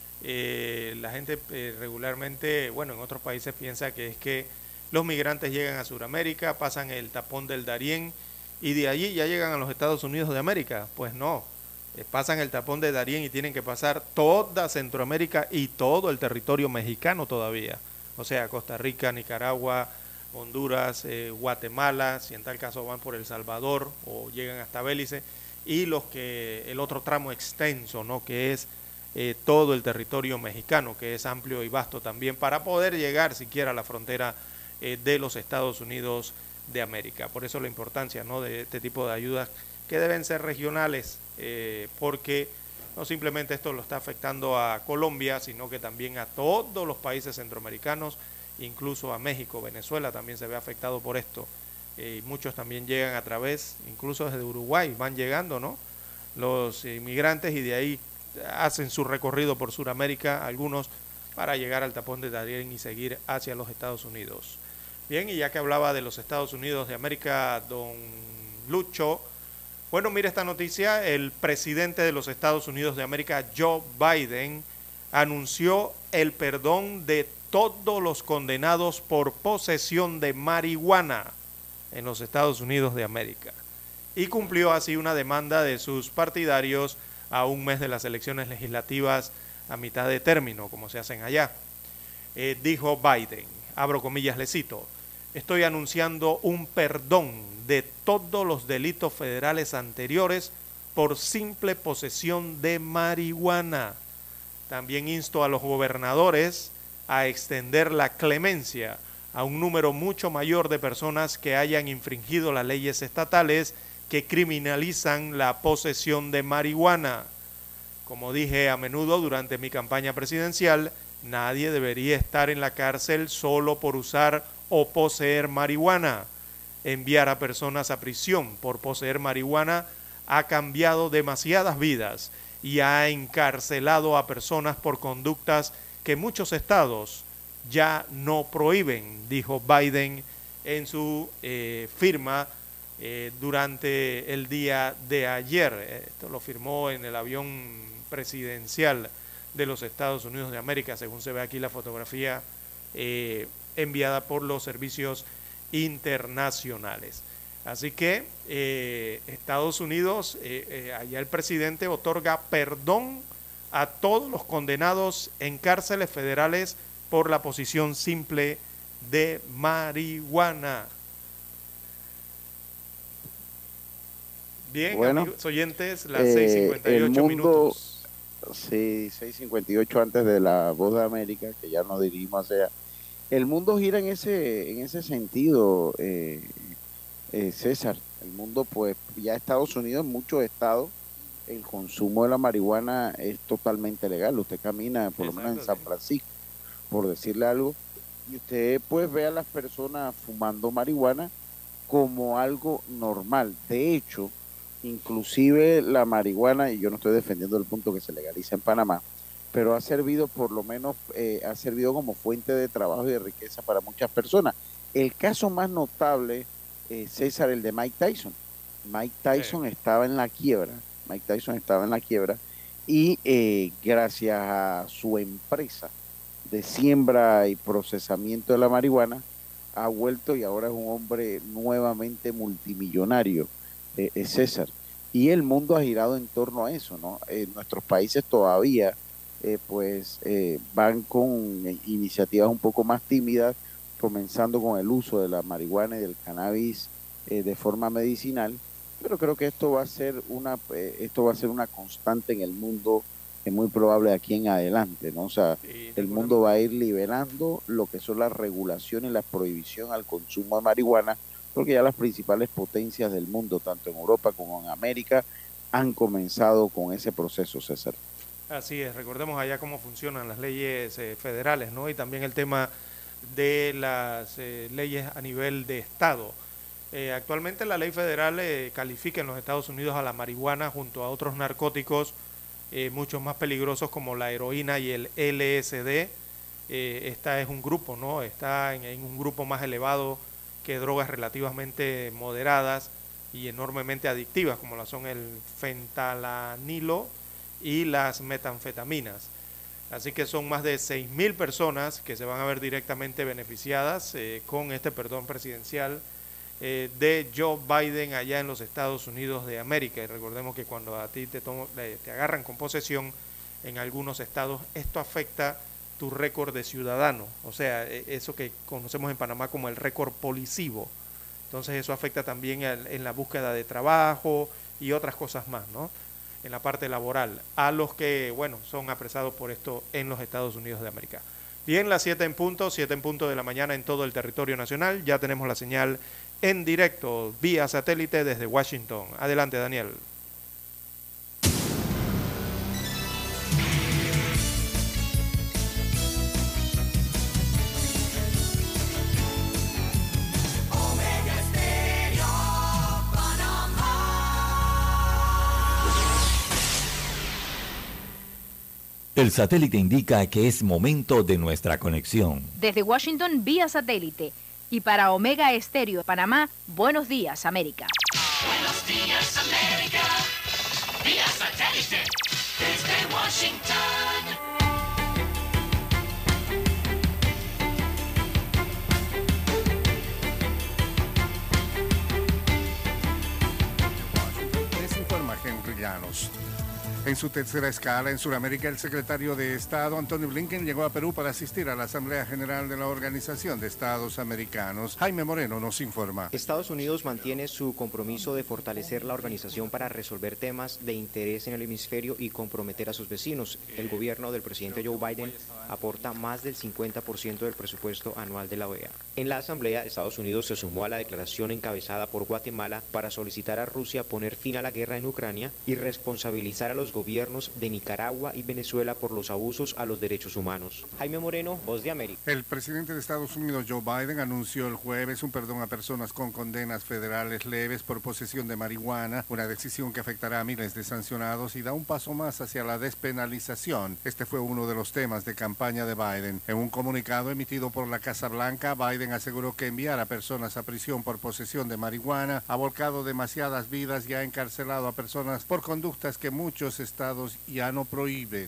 La gente regularmente, bueno, en otros países piensa que es que los migrantes llegan a Sudamérica, pasan el tapón del Darién y de allí ya llegan a los Estados Unidos de América. Pues no, pasan el tapón de Darién y tienen que pasar toda Centroamérica y todo el territorio mexicano todavía. O sea, Costa Rica, Nicaragua, Honduras, Guatemala, si en tal caso van por El Salvador o llegan hasta Belice, y el otro tramo extenso, ¿no?, que es todo el territorio mexicano, que es amplio y vasto también, para poder llegar siquiera a la frontera de los Estados Unidos de América. Por eso la importancia, ¿no?, de este tipo de ayudas que deben ser regionales, porque no simplemente esto lo está afectando a Colombia, sino que también a todos los países centroamericanos, incluso a México. Venezuela también se ve afectado por esto, y muchos también llegan a través, incluso desde Uruguay van llegando, ¿no?, los inmigrantes, y de ahí hacen su recorrido por Sudamérica, algunos para llegar al tapón de Darién y seguir hacia los Estados Unidos. Bien, y ya que hablaba de los Estados Unidos de América, don Lucho, bueno, mire esta noticia: el presidente de los Estados Unidos de América, Joe Biden, anunció el perdón de todos los condenados por posesión de marihuana en los Estados Unidos de América, y cumplió así una demanda de sus partidarios a un mes de las elecciones legislativas a mitad de término, como se hacen allá. Dijo Biden, abro comillas, le cito: estoy anunciando un perdón de todos los delitos federales anteriores por simple posesión de marihuana. También insto a los gobernadores a extender la clemencia a un número mucho mayor de personas que hayan infringido las leyes estatales que criminalizan la posesión de marihuana. Como dije a menudo durante mi campaña presidencial, nadie debería estar en la cárcel solo por usar o poseer marihuana. Enviar a personas a prisión por poseer marihuana ha cambiado demasiadas vidas y ha encarcelado a personas por conductas que muchos estados ya no prohíben, dijo Biden en su firma durante el día de ayer. Esto lo firmó en el avión presidencial de los Estados Unidos de América, según se ve aquí la fotografía enviada por los servicios internacionales. Así que Estados Unidos, allá el presidente otorga perdón a todos los condenados en cárceles federales por la posesión simple de marihuana. Bien, bueno, amigos oyentes, las 6:58 minutos. Sí, 6:58 antes de la Voz de América, que ya nos dirigimos hacia allá. El mundo gira en ese sentido, César. El mundo, pues, ya Estados Unidos, en muchos estados, el consumo de la marihuana es totalmente legal. Usted camina, por lo menos en San Francisco, por decirle algo, y usted pues ve a las personas fumando marihuana como algo normal. De hecho, inclusive la marihuana, y yo no estoy defendiendo el punto que se legaliza en Panamá, pero ha servido por lo menos, ha servido como fuente de trabajo y de riqueza para muchas personas. El caso más notable, César, el de Mike Tyson. Mike Tyson estaba en la quiebra. Mike Tyson estaba en la quiebra y gracias a su empresa de siembra y procesamiento de la marihuana ha vuelto y ahora es un hombre nuevamente multimillonario, César. Y el mundo ha girado en torno a eso, ¿no? Nuestros países todavía van con iniciativas un poco más tímidas, comenzando con el uso de la marihuana y del cannabis de forma medicinal, pero creo que esto va a ser una constante en el mundo, es muy probable de aquí en adelante, ¿no? O sea, el mundo va a ir liberando lo que son las regulaciones y la prohibición al consumo de marihuana, porque ya las principales potencias del mundo, tanto en Europa como en América, han comenzado con ese proceso, César. Así es, recordemos allá cómo funcionan las leyes federales, ¿no? Y también el tema de las leyes a nivel de Estado. Actualmente la ley federal califica en los Estados Unidos a la marihuana junto a otros narcóticos mucho más peligrosos como la heroína y el LSD. Esta es un grupo, ¿no? Está en un grupo más elevado que drogas relativamente moderadas y enormemente adictivas, como lo son el fentanilo y las metanfetaminas. Así que son más de 6.000 personas que se van a ver directamente beneficiadas con este perdón presidencial de Joe Biden allá en los Estados Unidos de América. Y recordemos que cuando a ti te agarran con posesión en algunos estados, esto afecta tu récord de ciudadano, o sea, eso que conocemos en Panamá como el récord policivo. Entonces eso afecta también en la búsqueda de trabajo y otras cosas más, ¿no? En la parte laboral, a los que, bueno, son apresados por esto en los Estados Unidos de América. Bien, las 7 en punto de la mañana en todo el territorio nacional. Ya tenemos la señal en directo vía satélite desde Washington. Adelante, Daniel. El satélite indica que es momento de nuestra conexión. Desde Washington, vía satélite. Y para Omega Estéreo Panamá, buenos días, América. Buenos días, América. Vía satélite. Desde Washington. Les informa Henry Llanos. En su tercera escala en Sudamérica, el secretario de Estado, Antonio Blinken, llegó a Perú para asistir a la Asamblea General de la Organización de Estados Americanos. Jaime Moreno nos informa. Estados Unidos mantiene su compromiso de fortalecer la organización para resolver temas de interés en el hemisferio y comprometer a sus vecinos. El gobierno del presidente Joe Biden aporta más del 50% del presupuesto anual de la OEA. En la Asamblea, Estados Unidos se sumó a la declaración encabezada por Guatemala para solicitar a Rusia poner fin a la guerra en Ucrania y responsabilizar a los los gobiernos de Nicaragua y Venezuela por los abusos a los derechos humanos. Jaime Moreno, Voz de América. El presidente de Estados Unidos, Joe Biden, anunció el jueves un perdón a personas con condenas federales leves por posesión de marihuana, una decisión que afectará a miles de sancionados y da un paso más hacia la despenalización. Este fue uno de los temas de campaña de Biden. En un comunicado emitido por la Casa Blanca, Biden aseguró que enviar a personas a prisión por posesión de marihuana ha volcado demasiadas vidas y ha encarcelado a personas por conductas que muchos estados ya no prohíben.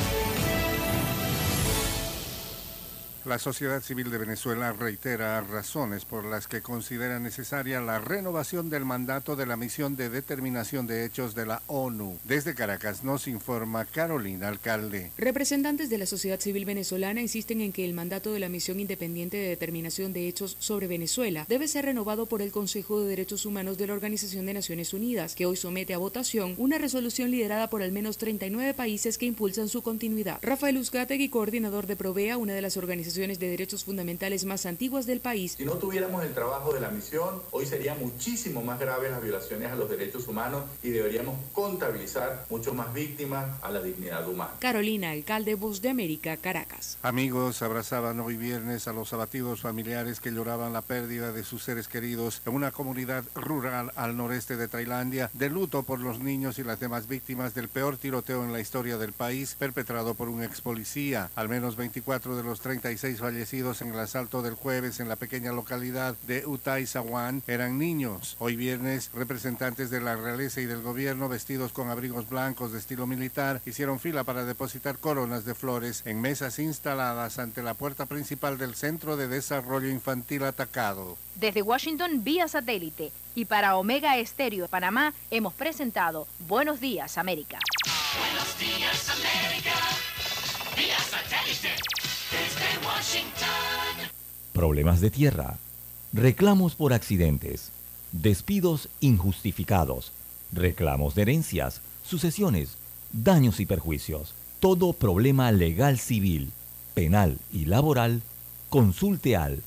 La sociedad civil de Venezuela reitera razones por las que considera necesaria la renovación del mandato de la misión de determinación de hechos de la ONU. Desde Caracas nos informa Carolina Alcalde. Representantes de la sociedad civil venezolana insisten en que el mandato de la misión independiente de determinación de hechos sobre Venezuela debe ser renovado por el Consejo de Derechos Humanos de la Organización de Naciones Unidas, que hoy somete a votación una resolución liderada por al menos 39 países que impulsan su continuidad. Rafael Uzcategui, coordinador de Provea, una de las organizaciones de derechos fundamentales más antiguas del país. Si no tuviéramos el trabajo de la misión, hoy serían muchísimo más graves las violaciones a los derechos humanos y deberíamos contabilizar mucho más víctimas a la dignidad humana. Carolina Alcalde, Voz de América, Caracas. Amigos abrazaban hoy viernes a los abatidos familiares que lloraban la pérdida de sus seres queridos en una comunidad rural al noreste de Tailandia, de luto por los niños y las demás víctimas del peor tiroteo en la historia del país, perpetrado por un ex policía. Al menos 24 de los 36 fallecidos en el asalto del jueves en la pequeña localidad de Utay Sawan eran niños. Hoy viernes, representantes de la realeza y del gobierno, vestidos con abrigos blancos de estilo militar, hicieron fila para depositar coronas de flores en mesas instaladas ante la puerta principal del Centro de Desarrollo Infantil atacado. Desde Washington, vía satélite, y para Omega Estéreo de Panamá, hemos presentado Buenos Días, América. Buenos días, América. Vía satélite. Desde Washington. Problemas de tierra, reclamos por accidentes, despidos injustificados, reclamos de herencias, sucesiones, daños y perjuicios. Todo problema legal civil, penal y laboral, consulte al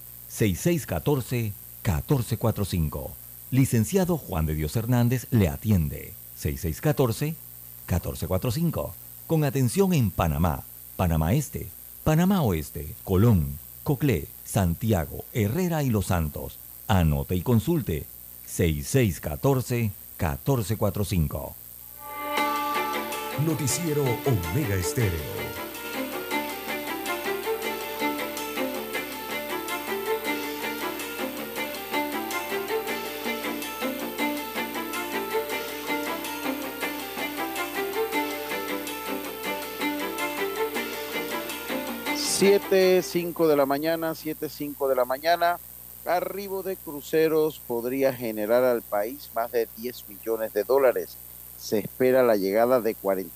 6614-1445. Licenciado Juan de Dios Hernández le atiende. 6614-1445. Con atención en Panamá, Panamá Este, Panamá Oeste, Colón, Coclé, Santiago, Herrera y Los Santos. Anote y consulte 6614-1445. Noticiero Omega Estéreo. 7:05 de la mañana, 7:05 de la mañana. Arribo de cruceros podría generar al país más de 10 millones de dólares. Se espera la llegada de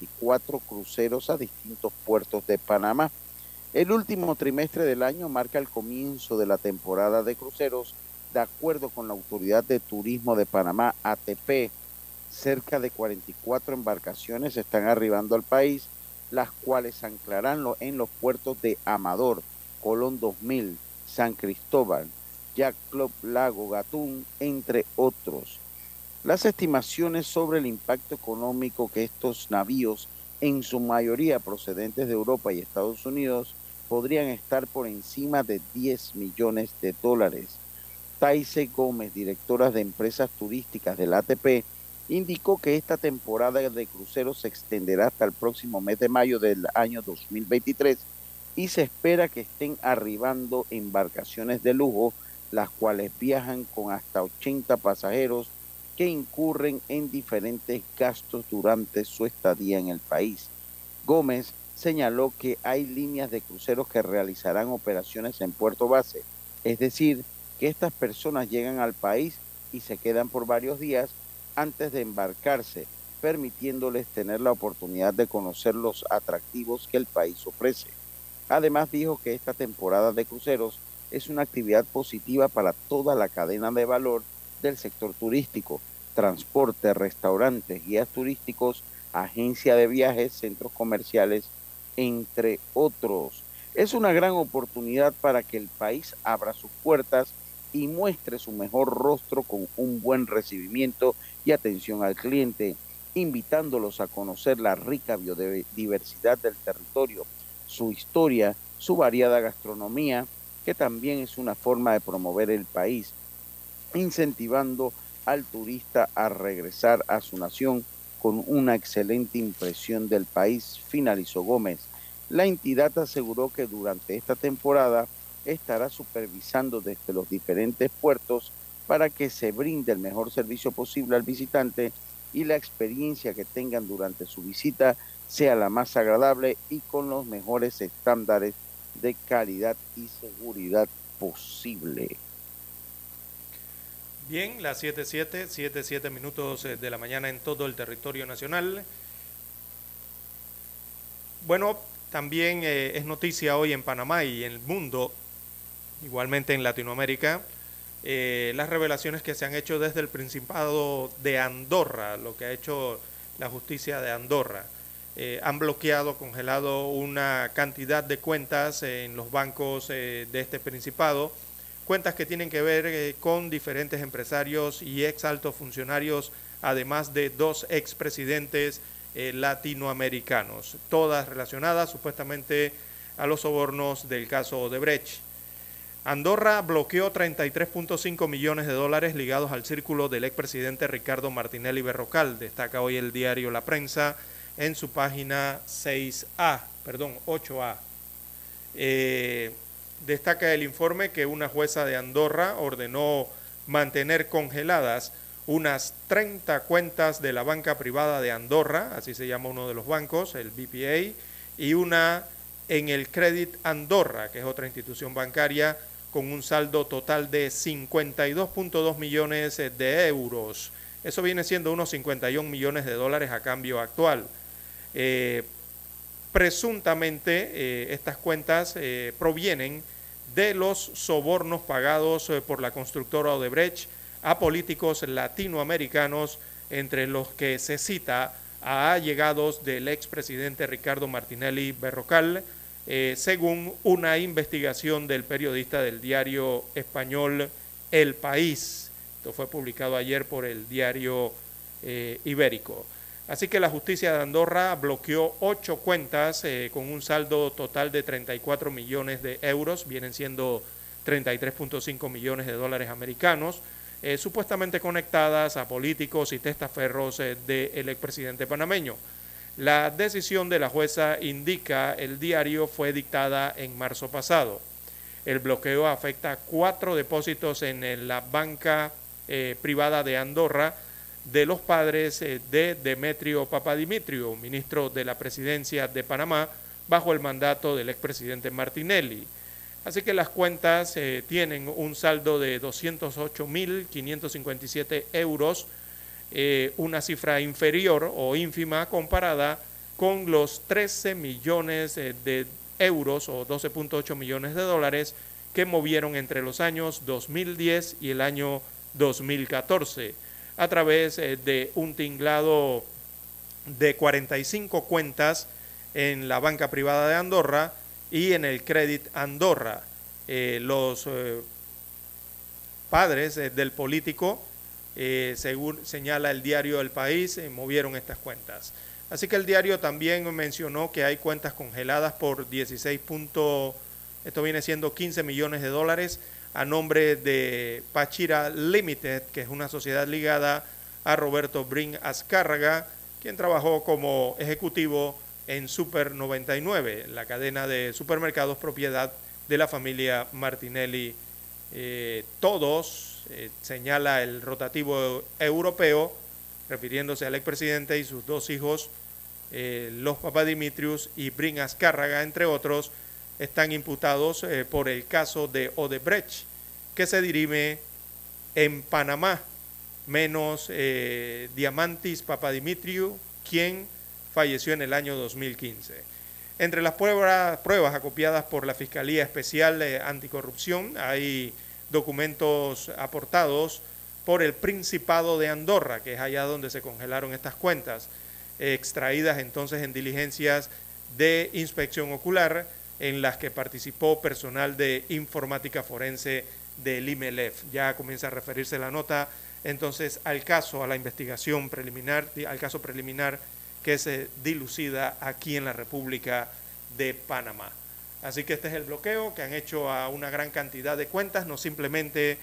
44 cruceros a distintos puertos de Panamá. El último trimestre del año marca el comienzo de la temporada de cruceros, de acuerdo con la Autoridad de Turismo de Panamá, ATP. Cerca de 44 embarcaciones están arribando al país, las cuales anclarán en los puertos de Amador, Colón 2000, San Cristóbal, Jack Club, Lago Gatún, entre otros. Las estimaciones sobre el impacto económico que estos navíos, en su mayoría procedentes de Europa y Estados Unidos, podrían estar por encima de 10 millones de dólares. Taise Gómez, directora de empresas turísticas del ATP, indicó que esta temporada de cruceros se extenderá hasta el próximo mes de mayo del año 2023 y se espera que estén arribando embarcaciones de lujo, las cuales viajan con hasta 80 pasajeros que incurren en diferentes gastos durante su estadía en el país. Gómez señaló que hay líneas de cruceros que realizarán operaciones en puerto base, es decir, que estas personas llegan al país y se quedan por varios días antes de embarcarse, permitiéndoles tener la oportunidad de conocer los atractivos que el país ofrece. Además, dijo que esta temporada de cruceros es una actividad positiva para toda la cadena de valor del sector turístico: transporte, restaurantes, guías turísticos, agencia de viajes, centros comerciales, entre otros. Es una gran oportunidad para que el país abra sus puertas y muestre su mejor rostro con un buen recibimiento y atención al cliente. invitándolos a conocer la rica biodiversidad del territorio, su historia, su variada gastronomía, que también es una forma de promover el país, incentivando al turista a regresar a su nación con una excelente impresión del país, finalizó Gómez. La entidad aseguró que durante esta temporada estará supervisando desde los diferentes puertos para que se brinde el mejor servicio posible al visitante y la experiencia que tengan durante su visita sea la más agradable y con los mejores estándares de calidad y seguridad posible. Bien, las 7:07 minutos de la mañana en todo el territorio nacional. Bueno, también es noticia hoy en Panamá y en el mundo, igualmente en Latinoamérica, las revelaciones que se han hecho desde el Principado de Andorra, lo que ha hecho la justicia de Andorra. Han bloqueado, congelado una cantidad de cuentas en los bancos de este Principado, cuentas que tienen que ver con diferentes empresarios y ex altos funcionarios, además de 2 expresidentes latinoamericanos, todas relacionadas supuestamente a los sobornos del caso Odebrecht. Andorra bloqueó 33.5 millones de dólares ligados al círculo del expresidente Ricardo Martinelli Berrocal, destaca hoy el diario La Prensa en su página 8A. Destaca el informe que una jueza de Andorra ordenó mantener congeladas unas 30 cuentas de la banca privada de Andorra, así se llama uno de los bancos, el BPA, y una en el Credit Andorra, que es otra institución bancaria, con un saldo total de 52.2 millones de euros. Eso viene siendo unos 51 millones de dólares a cambio actual. Presuntamente estas cuentas provienen de los sobornos pagados por la constructora Odebrecht a políticos latinoamericanos, entre los que se cita a allegados del expresidente Ricardo Martinelli Berrocal, según una investigación del periodista del diario español El País. Esto fue publicado ayer por el diario ibérico. Así que la justicia de Andorra bloqueó 8 cuentas con un saldo total de 34 millones de euros, vienen siendo 33.5 millones de dólares americanos, supuestamente conectadas a políticos y testaferros del expresidente panameño. La decisión de la jueza, indica el diario, fue dictada en marzo pasado. El bloqueo afecta 4 depósitos en la banca privada de Andorra de los padres de Demetrio Papadimitriou, ministro de la Presidencia de Panamá, bajo el mandato del expresidente Martinelli. Así que las cuentas tienen un saldo de 208.557 euros, una cifra inferior o ínfima comparada con los 13 millones de euros o 12.8 millones de dólares que movieron entre los años 2010 y el año 2014. A través de un tinglado de 45 cuentas en la banca privada de Andorra y en el Credit Andorra. Los padres del político, según señala el diario El País, movieron estas cuentas. Así que el diario también mencionó que hay cuentas congeladas por esto viene siendo 15 millones de dólares, a nombre de Pachira Limited, que es una sociedad ligada a Roberto Brin Azcárraga, quien trabajó como ejecutivo en Super 99, la cadena de supermercados propiedad de la familia Martinelli. Todos, señala el rotativo europeo, refiriéndose al expresidente y sus 2 hijos, los Papadimitriou y Brin Azcárraga, entre otros, están imputados por el caso de Odebrecht, que se dirime en Panamá, menos Diamantis Papadimitriou, quien falleció en el año 2015. Entre las pruebas acopiadas por la Fiscalía Especial Anticorrupción hay documentos aportados por el Principado de Andorra, que es allá donde se congelaron estas cuentas, extraídas entonces en diligencias de inspección ocular, en las que participó personal de informática forense del IMELEF. Ya comienza a referirse la nota entonces al caso, a la investigación preliminar, al caso preliminar que se dilucida aquí en la República de Panamá. Así que este es el bloqueo que han hecho a una gran cantidad de cuentas, no simplemente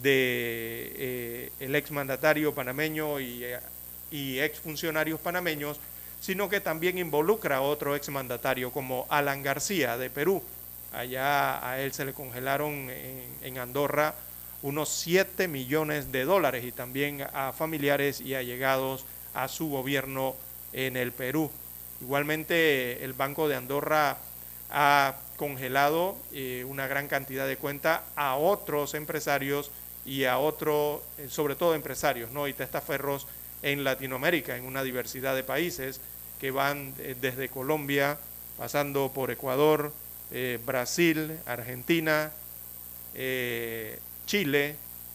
de el exmandatario panameño y exfuncionarios panameños, sino que también involucra a otro exmandatario como Alan García de Perú. Allá a él se le congelaron en Andorra unos 7 millones de dólares y también a familiares y allegados a su gobierno en el Perú. Igualmente el Banco de Andorra ha congelado una gran cantidad de cuentas a otros empresarios y a otros, sobre todo empresarios, ¿no? Y testaferros en Latinoamérica, en una diversidad de países que van desde Colombia, pasando por Ecuador, Brasil, Argentina, Chile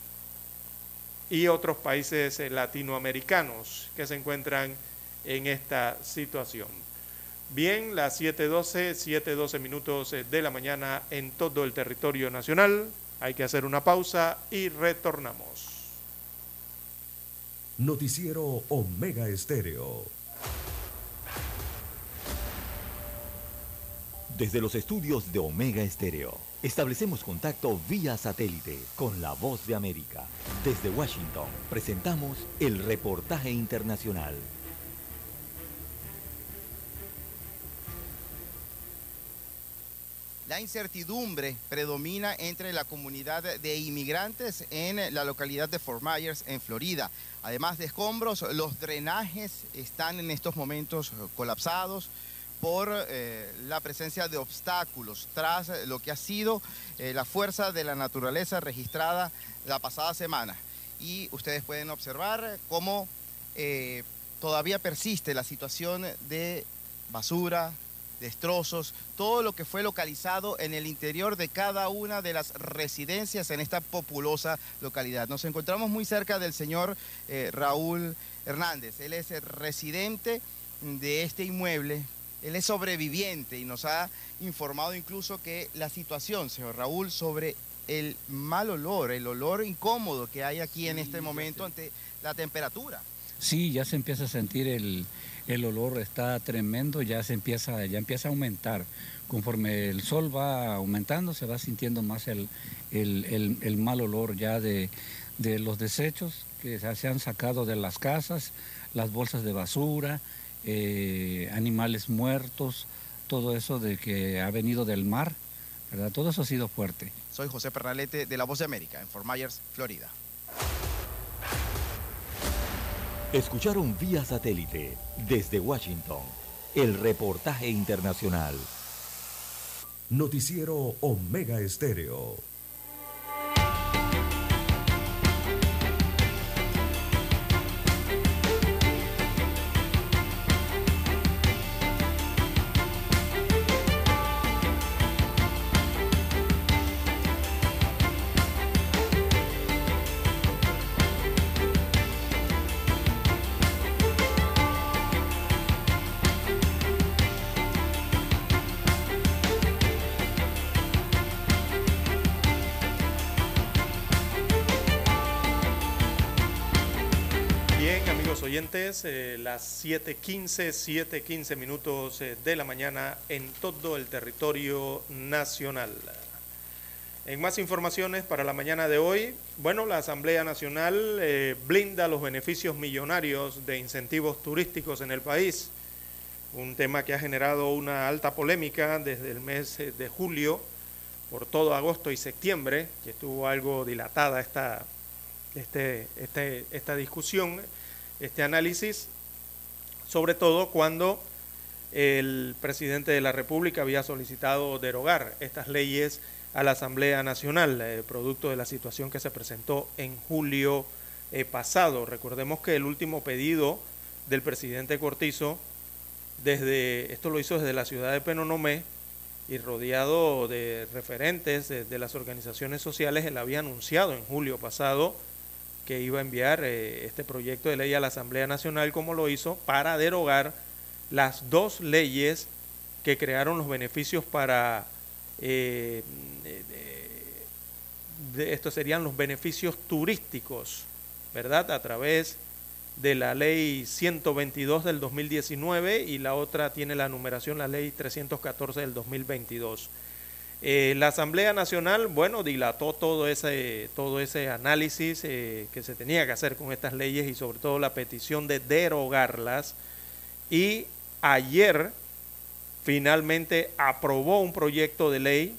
y otros países latinoamericanos que se encuentran en esta situación. Bien, las 7:12 minutos de la mañana en todo el territorio nacional. Hay que hacer una pausa y retornamos. Noticiero Omega Estéreo. Desde los estudios de Omega Estéreo, establecemos contacto vía satélite con la Voz de América. Desde Washington, presentamos el reportaje internacional. La incertidumbre predomina entre la comunidad de inmigrantes en la localidad de Fort Myers, en Florida. Además de escombros, los drenajes están en estos momentos colapsados por la presencia de obstáculos tras lo que ha sido la fuerza de la naturaleza registrada la pasada semana. Y ustedes pueden observar cómo todavía persiste la situación de basura, destrozos, todo lo que fue localizado en el interior de cada una de las residencias en esta populosa localidad. Nos encontramos muy cerca del señor Raúl Hernández. Él es el residente de este inmueble, él es sobreviviente y nos ha informado incluso que la situación, señor Raúl, sobre el mal olor, el olor incómodo que hay aquí en este momento ante la temperatura. Sí, ya se empieza a sentir el olor, está tremendo, ya empieza a aumentar. Conforme el sol va aumentando, se va sintiendo más el mal olor ya de los desechos que se han sacado de las casas, las bolsas de basura, animales muertos, todo eso de que ha venido del mar, ¿verdad? Todo eso ha sido fuerte. Soy José Pernalete de La Voz de América, en Fort Myers, Florida. Escucharon vía satélite desde Washington el reportaje internacional. Noticiero Omega Estéreo. Oyentes, las 7:15 minutos de la mañana en todo el territorio nacional. En más informaciones para la mañana de hoy, bueno, la Asamblea Nacional blinda los beneficios millonarios de incentivos turísticos en el país, un tema que ha generado una alta polémica desde el mes de julio, por todo agosto y septiembre, que estuvo algo dilatada esta discusión, este análisis, sobre todo cuando el presidente de la República había solicitado derogar estas leyes a la Asamblea Nacional, producto de la situación que se presentó en julio pasado. Recordemos que el último pedido del presidente Cortizo, esto lo hizo desde la ciudad de Penonomé y rodeado de referentes de las organizaciones sociales, él había anunciado en julio pasado que iba a enviar este proyecto de ley a la Asamblea Nacional, como lo hizo, para derogar las dos leyes que crearon los beneficios para, estos serían los beneficios turísticos ¿verdad? A través de la ley 122 del 2019 y la otra tiene la numeración, la ley 314 del 2022. La Asamblea Nacional, bueno, dilató todo ese análisis que se tenía que hacer con estas leyes y sobre todo la petición de derogarlas, y ayer finalmente aprobó un proyecto de ley.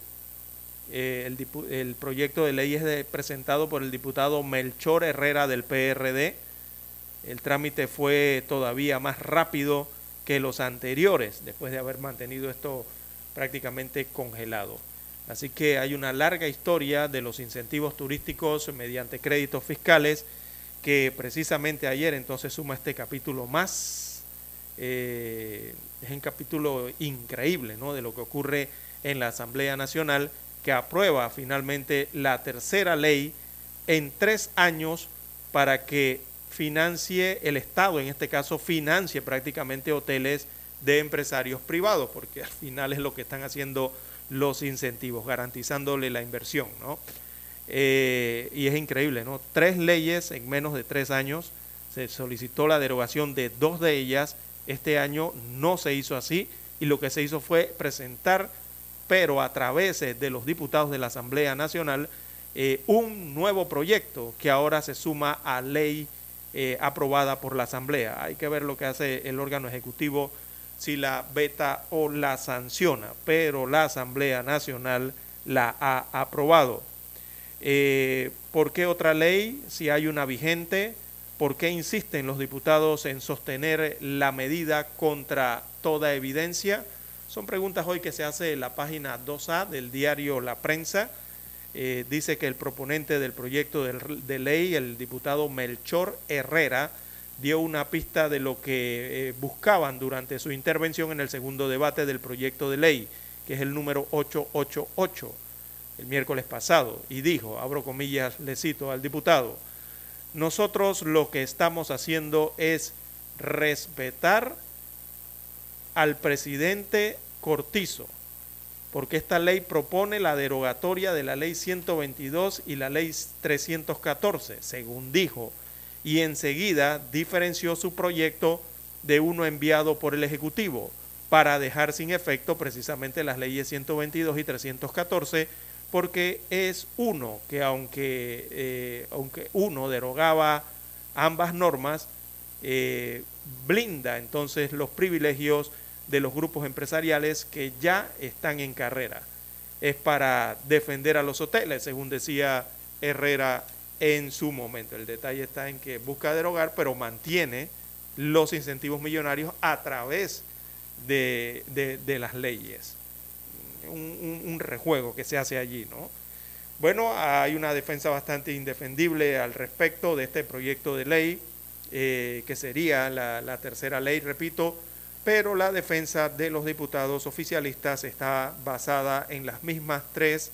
El proyecto de ley es presentado por el diputado Melchor Herrera del PRD. El trámite fue todavía más rápido que los anteriores, después de haber mantenido esto prácticamente congelado. Así que hay una larga historia de los incentivos turísticos mediante créditos fiscales, que precisamente ayer entonces suma este capítulo más. Es un capítulo increíble, ¿no?, de lo que ocurre en la Asamblea Nacional, que aprueba finalmente la tercera ley en 3 años para que financie el Estado, en este caso financie prácticamente hoteles de empresarios privados, porque al final es lo que están haciendo los incentivos, garantizándole la inversión, ¿no? Y es increíble, ¿no? 3 leyes en menos de 3 años. Se solicitó la derogación de 2 de ellas. Este año no se hizo así, y lo que se hizo fue presentar, pero a través de los diputados de la Asamblea Nacional, un nuevo proyecto que ahora se suma a ley aprobada por la Asamblea. Hay que ver lo que hace el órgano ejecutivo, si la veta o la sanciona, pero la Asamblea Nacional la ha aprobado. ¿Por qué otra ley si hay una vigente? ¿Por qué insisten los diputados en sostener la medida contra toda evidencia? Son preguntas hoy que se hace en la página 2A del diario La Prensa. Dice que el proponente del proyecto de ley, el diputado Melchor Herrera, dio una pista de lo que buscaban durante su intervención en el segundo debate del proyecto de ley, que es el número 888, el miércoles pasado, y dijo, abro comillas, le cito al diputado: nosotros lo que estamos haciendo es respetar al presidente Cortizo, porque esta ley propone la derogatoria de la ley 122 y la ley 314, según dijo, y enseguida diferenció su proyecto de uno enviado por el Ejecutivo para dejar sin efecto precisamente las leyes 122 y 314, porque es uno que aunque uno derogaba ambas normas, blinda entonces los privilegios de los grupos empresariales que ya están en carrera. Es para defender a los hoteles, según decía Herrera en su momento. El detalle está en que busca derogar, pero mantiene los incentivos millonarios a través de las leyes. Un rejuego que se hace allí, ¿no? Bueno, hay una defensa bastante indefendible al respecto de este proyecto de ley, que sería la tercera ley, repito, pero la defensa de los diputados oficialistas está basada en las mismas 3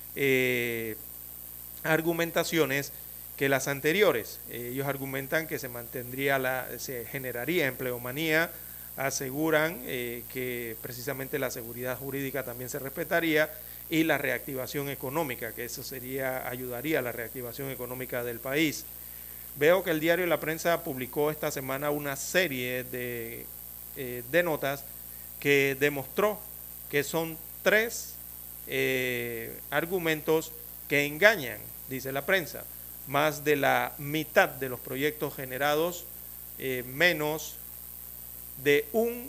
argumentaciones que las anteriores. Ellos argumentan que se generaría empleomanía, aseguran que precisamente la seguridad jurídica también se respetaría, y la reactivación económica, que eso ayudaría a la reactivación económica del país. Veo que el diario La Prensa publicó esta semana una serie de notas que demostró que son 3 argumentos que engañan, dice la prensa. Más de la mitad de los proyectos generados, menos de un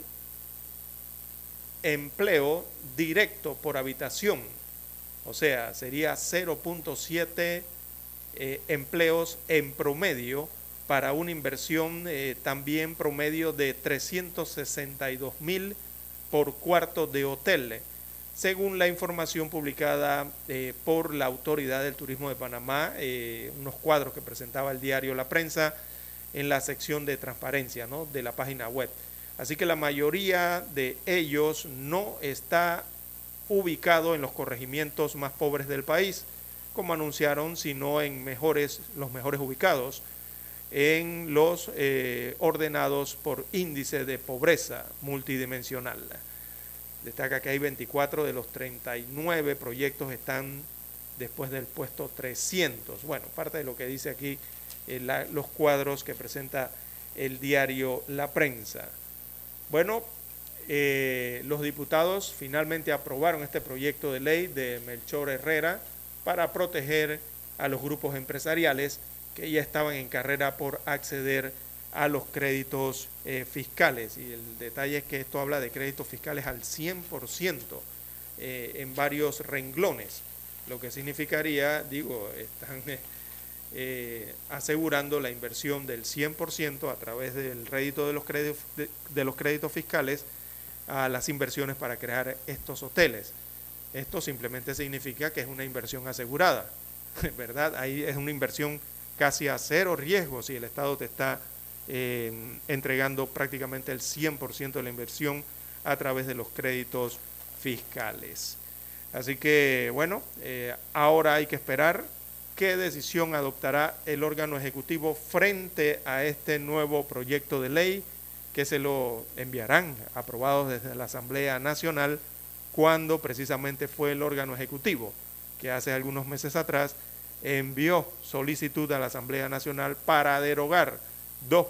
empleo directo por habitación, o sea, sería 0.7 empleos en promedio, para una inversión también promedio de 362,000 por cuarto de hotel, según la información publicada por la Autoridad del Turismo de Panamá, unos cuadros que presentaba el diario La Prensa en la sección de transparencia, ¿no?, de la página web. Así que la mayoría de ellos no está ubicado en los corregimientos más pobres del país, como anunciaron, sino en los mejores ubicados, en los ordenados por índice de pobreza multidimensional. Destaca que hay 24 de los 39 proyectos están después del puesto 300. Bueno, parte de lo que dice aquí los cuadros que presenta el diario La Prensa. Bueno, los diputados finalmente aprobaron este proyecto de ley de Melchor Herrera para proteger a los grupos empresariales que ya estaban en carrera por acceder a los créditos fiscales. Y el detalle es que esto habla de créditos fiscales al 100% en varios renglones, lo que significaría, están asegurando la inversión del 100% a través del rédito de los créditos fiscales a las inversiones para crear estos hoteles. Esto simplemente significa que es una inversión asegurada, ¿verdad? Ahí es una inversión casi a cero riesgo si el Estado te está entregando prácticamente el 100% de la inversión a través de los créditos fiscales. Así que, bueno, ahora hay que esperar qué decisión adoptará el órgano ejecutivo frente a este nuevo proyecto de ley que se lo enviarán aprobados desde la Asamblea Nacional, cuando precisamente fue el órgano ejecutivo que hace algunos meses atrás envió solicitud a la Asamblea Nacional para derogar dos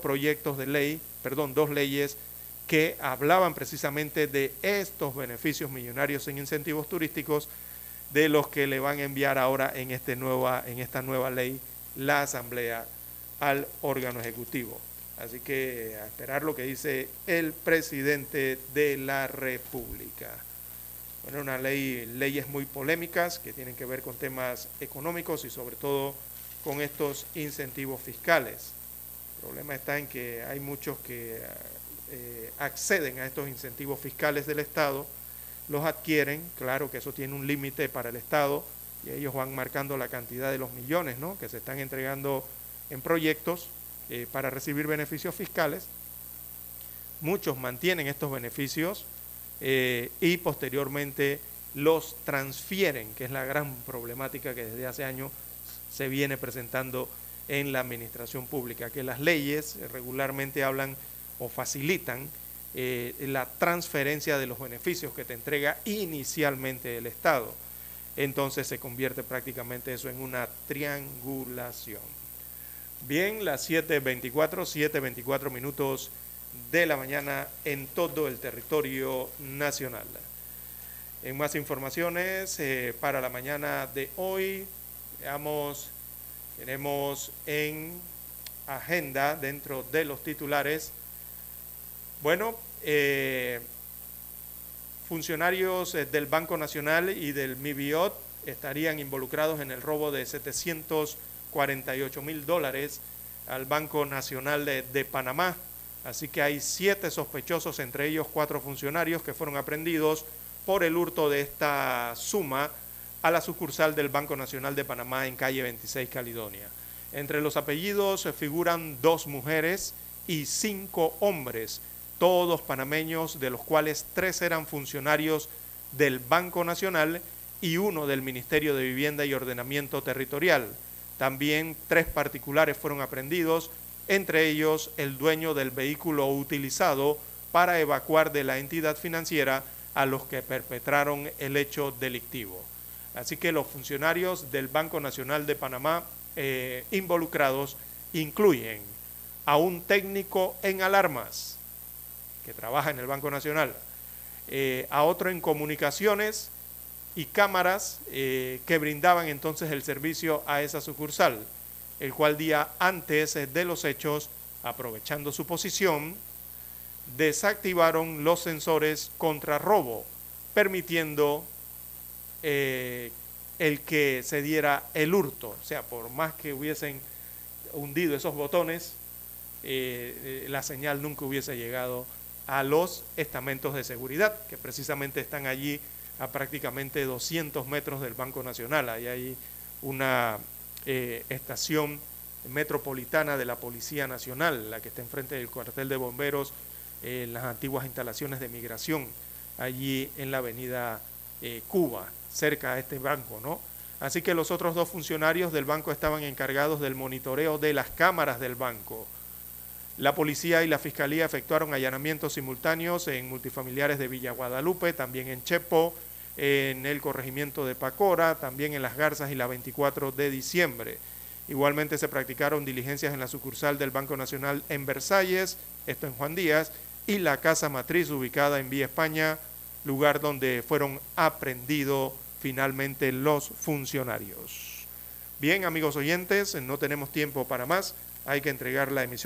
leyes que hablaban precisamente de estos beneficios millonarios en incentivos turísticos, de los que le van a enviar ahora en esta nueva ley la Asamblea al órgano ejecutivo. Así que a esperar lo que dice el presidente de la República. Bueno, leyes muy polémicas que tienen que ver con temas económicos y sobre todo con estos incentivos fiscales. El problema está en que hay muchos que acceden a estos incentivos fiscales del Estado, los adquieren, claro que eso tiene un límite para el Estado y ellos van marcando la cantidad de los millones, ¿no?, que se están entregando en proyectos para recibir beneficios fiscales. Muchos mantienen estos beneficios y posteriormente los transfieren, que es la gran problemática que desde hace años se viene presentando en la administración pública, que las leyes regularmente hablan o facilitan la transferencia de los beneficios que te entrega inicialmente el Estado. Entonces se convierte prácticamente eso en una triangulación. Bien, las 7:24 minutos de la mañana en todo el territorio nacional. En más informaciones para la mañana de hoy, tenemos en agenda dentro de los titulares, bueno, funcionarios del Banco Nacional y del MIBIOT estarían involucrados en el robo de $748,000 al Banco Nacional de Panamá. Así que hay 7 sospechosos, entre ellos 4 funcionarios que fueron aprehendidos por el hurto de esta suma a la sucursal del Banco Nacional de Panamá en calle 26 Caledonia. Entre los apellidos figuran 2 mujeres y 5 hombres, todos panameños, de los cuales 3 eran funcionarios del Banco Nacional y 1 del Ministerio de Vivienda y Ordenamiento Territorial. También 3 particulares fueron aprehendidos, entre ellos el dueño del vehículo utilizado para evacuar de la entidad financiera a los que perpetraron el hecho delictivo. Así que los funcionarios del Banco Nacional de Panamá involucrados incluyen a un técnico en alarmas que trabaja en el Banco Nacional, a otro en comunicaciones y cámaras que brindaban entonces el servicio a esa sucursal, el cual día antes de los hechos, aprovechando su posición, desactivaron los sensores contra robo, permitiendo el que se diera el hurto. O sea, por más que hubiesen hundido esos botones, la señal nunca hubiese llegado a los estamentos de seguridad, que precisamente están allí a prácticamente 200 metros del Banco Nacional. Ahí hay una estación metropolitana de la Policía Nacional, la que está enfrente del cuartel de bomberos, las antiguas instalaciones de migración, allí en la avenida Cuba, cerca a este banco, ¿no? Así que los otros 2 funcionarios del banco estaban encargados del monitoreo de las cámaras del banco. La policía y la fiscalía efectuaron allanamientos simultáneos en multifamiliares de Villa Guadalupe, también en Chepo, en el corregimiento de Pacora, también en Las Garzas y la 24 de diciembre. Igualmente se practicaron diligencias en la sucursal del Banco Nacional en Versalles, esto en Juan Díaz, y la casa matriz ubicada en Vía España, lugar donde fueron aprehendidos finalmente los funcionarios. Bien, amigos oyentes, no tenemos tiempo para más, hay que entregar la emisión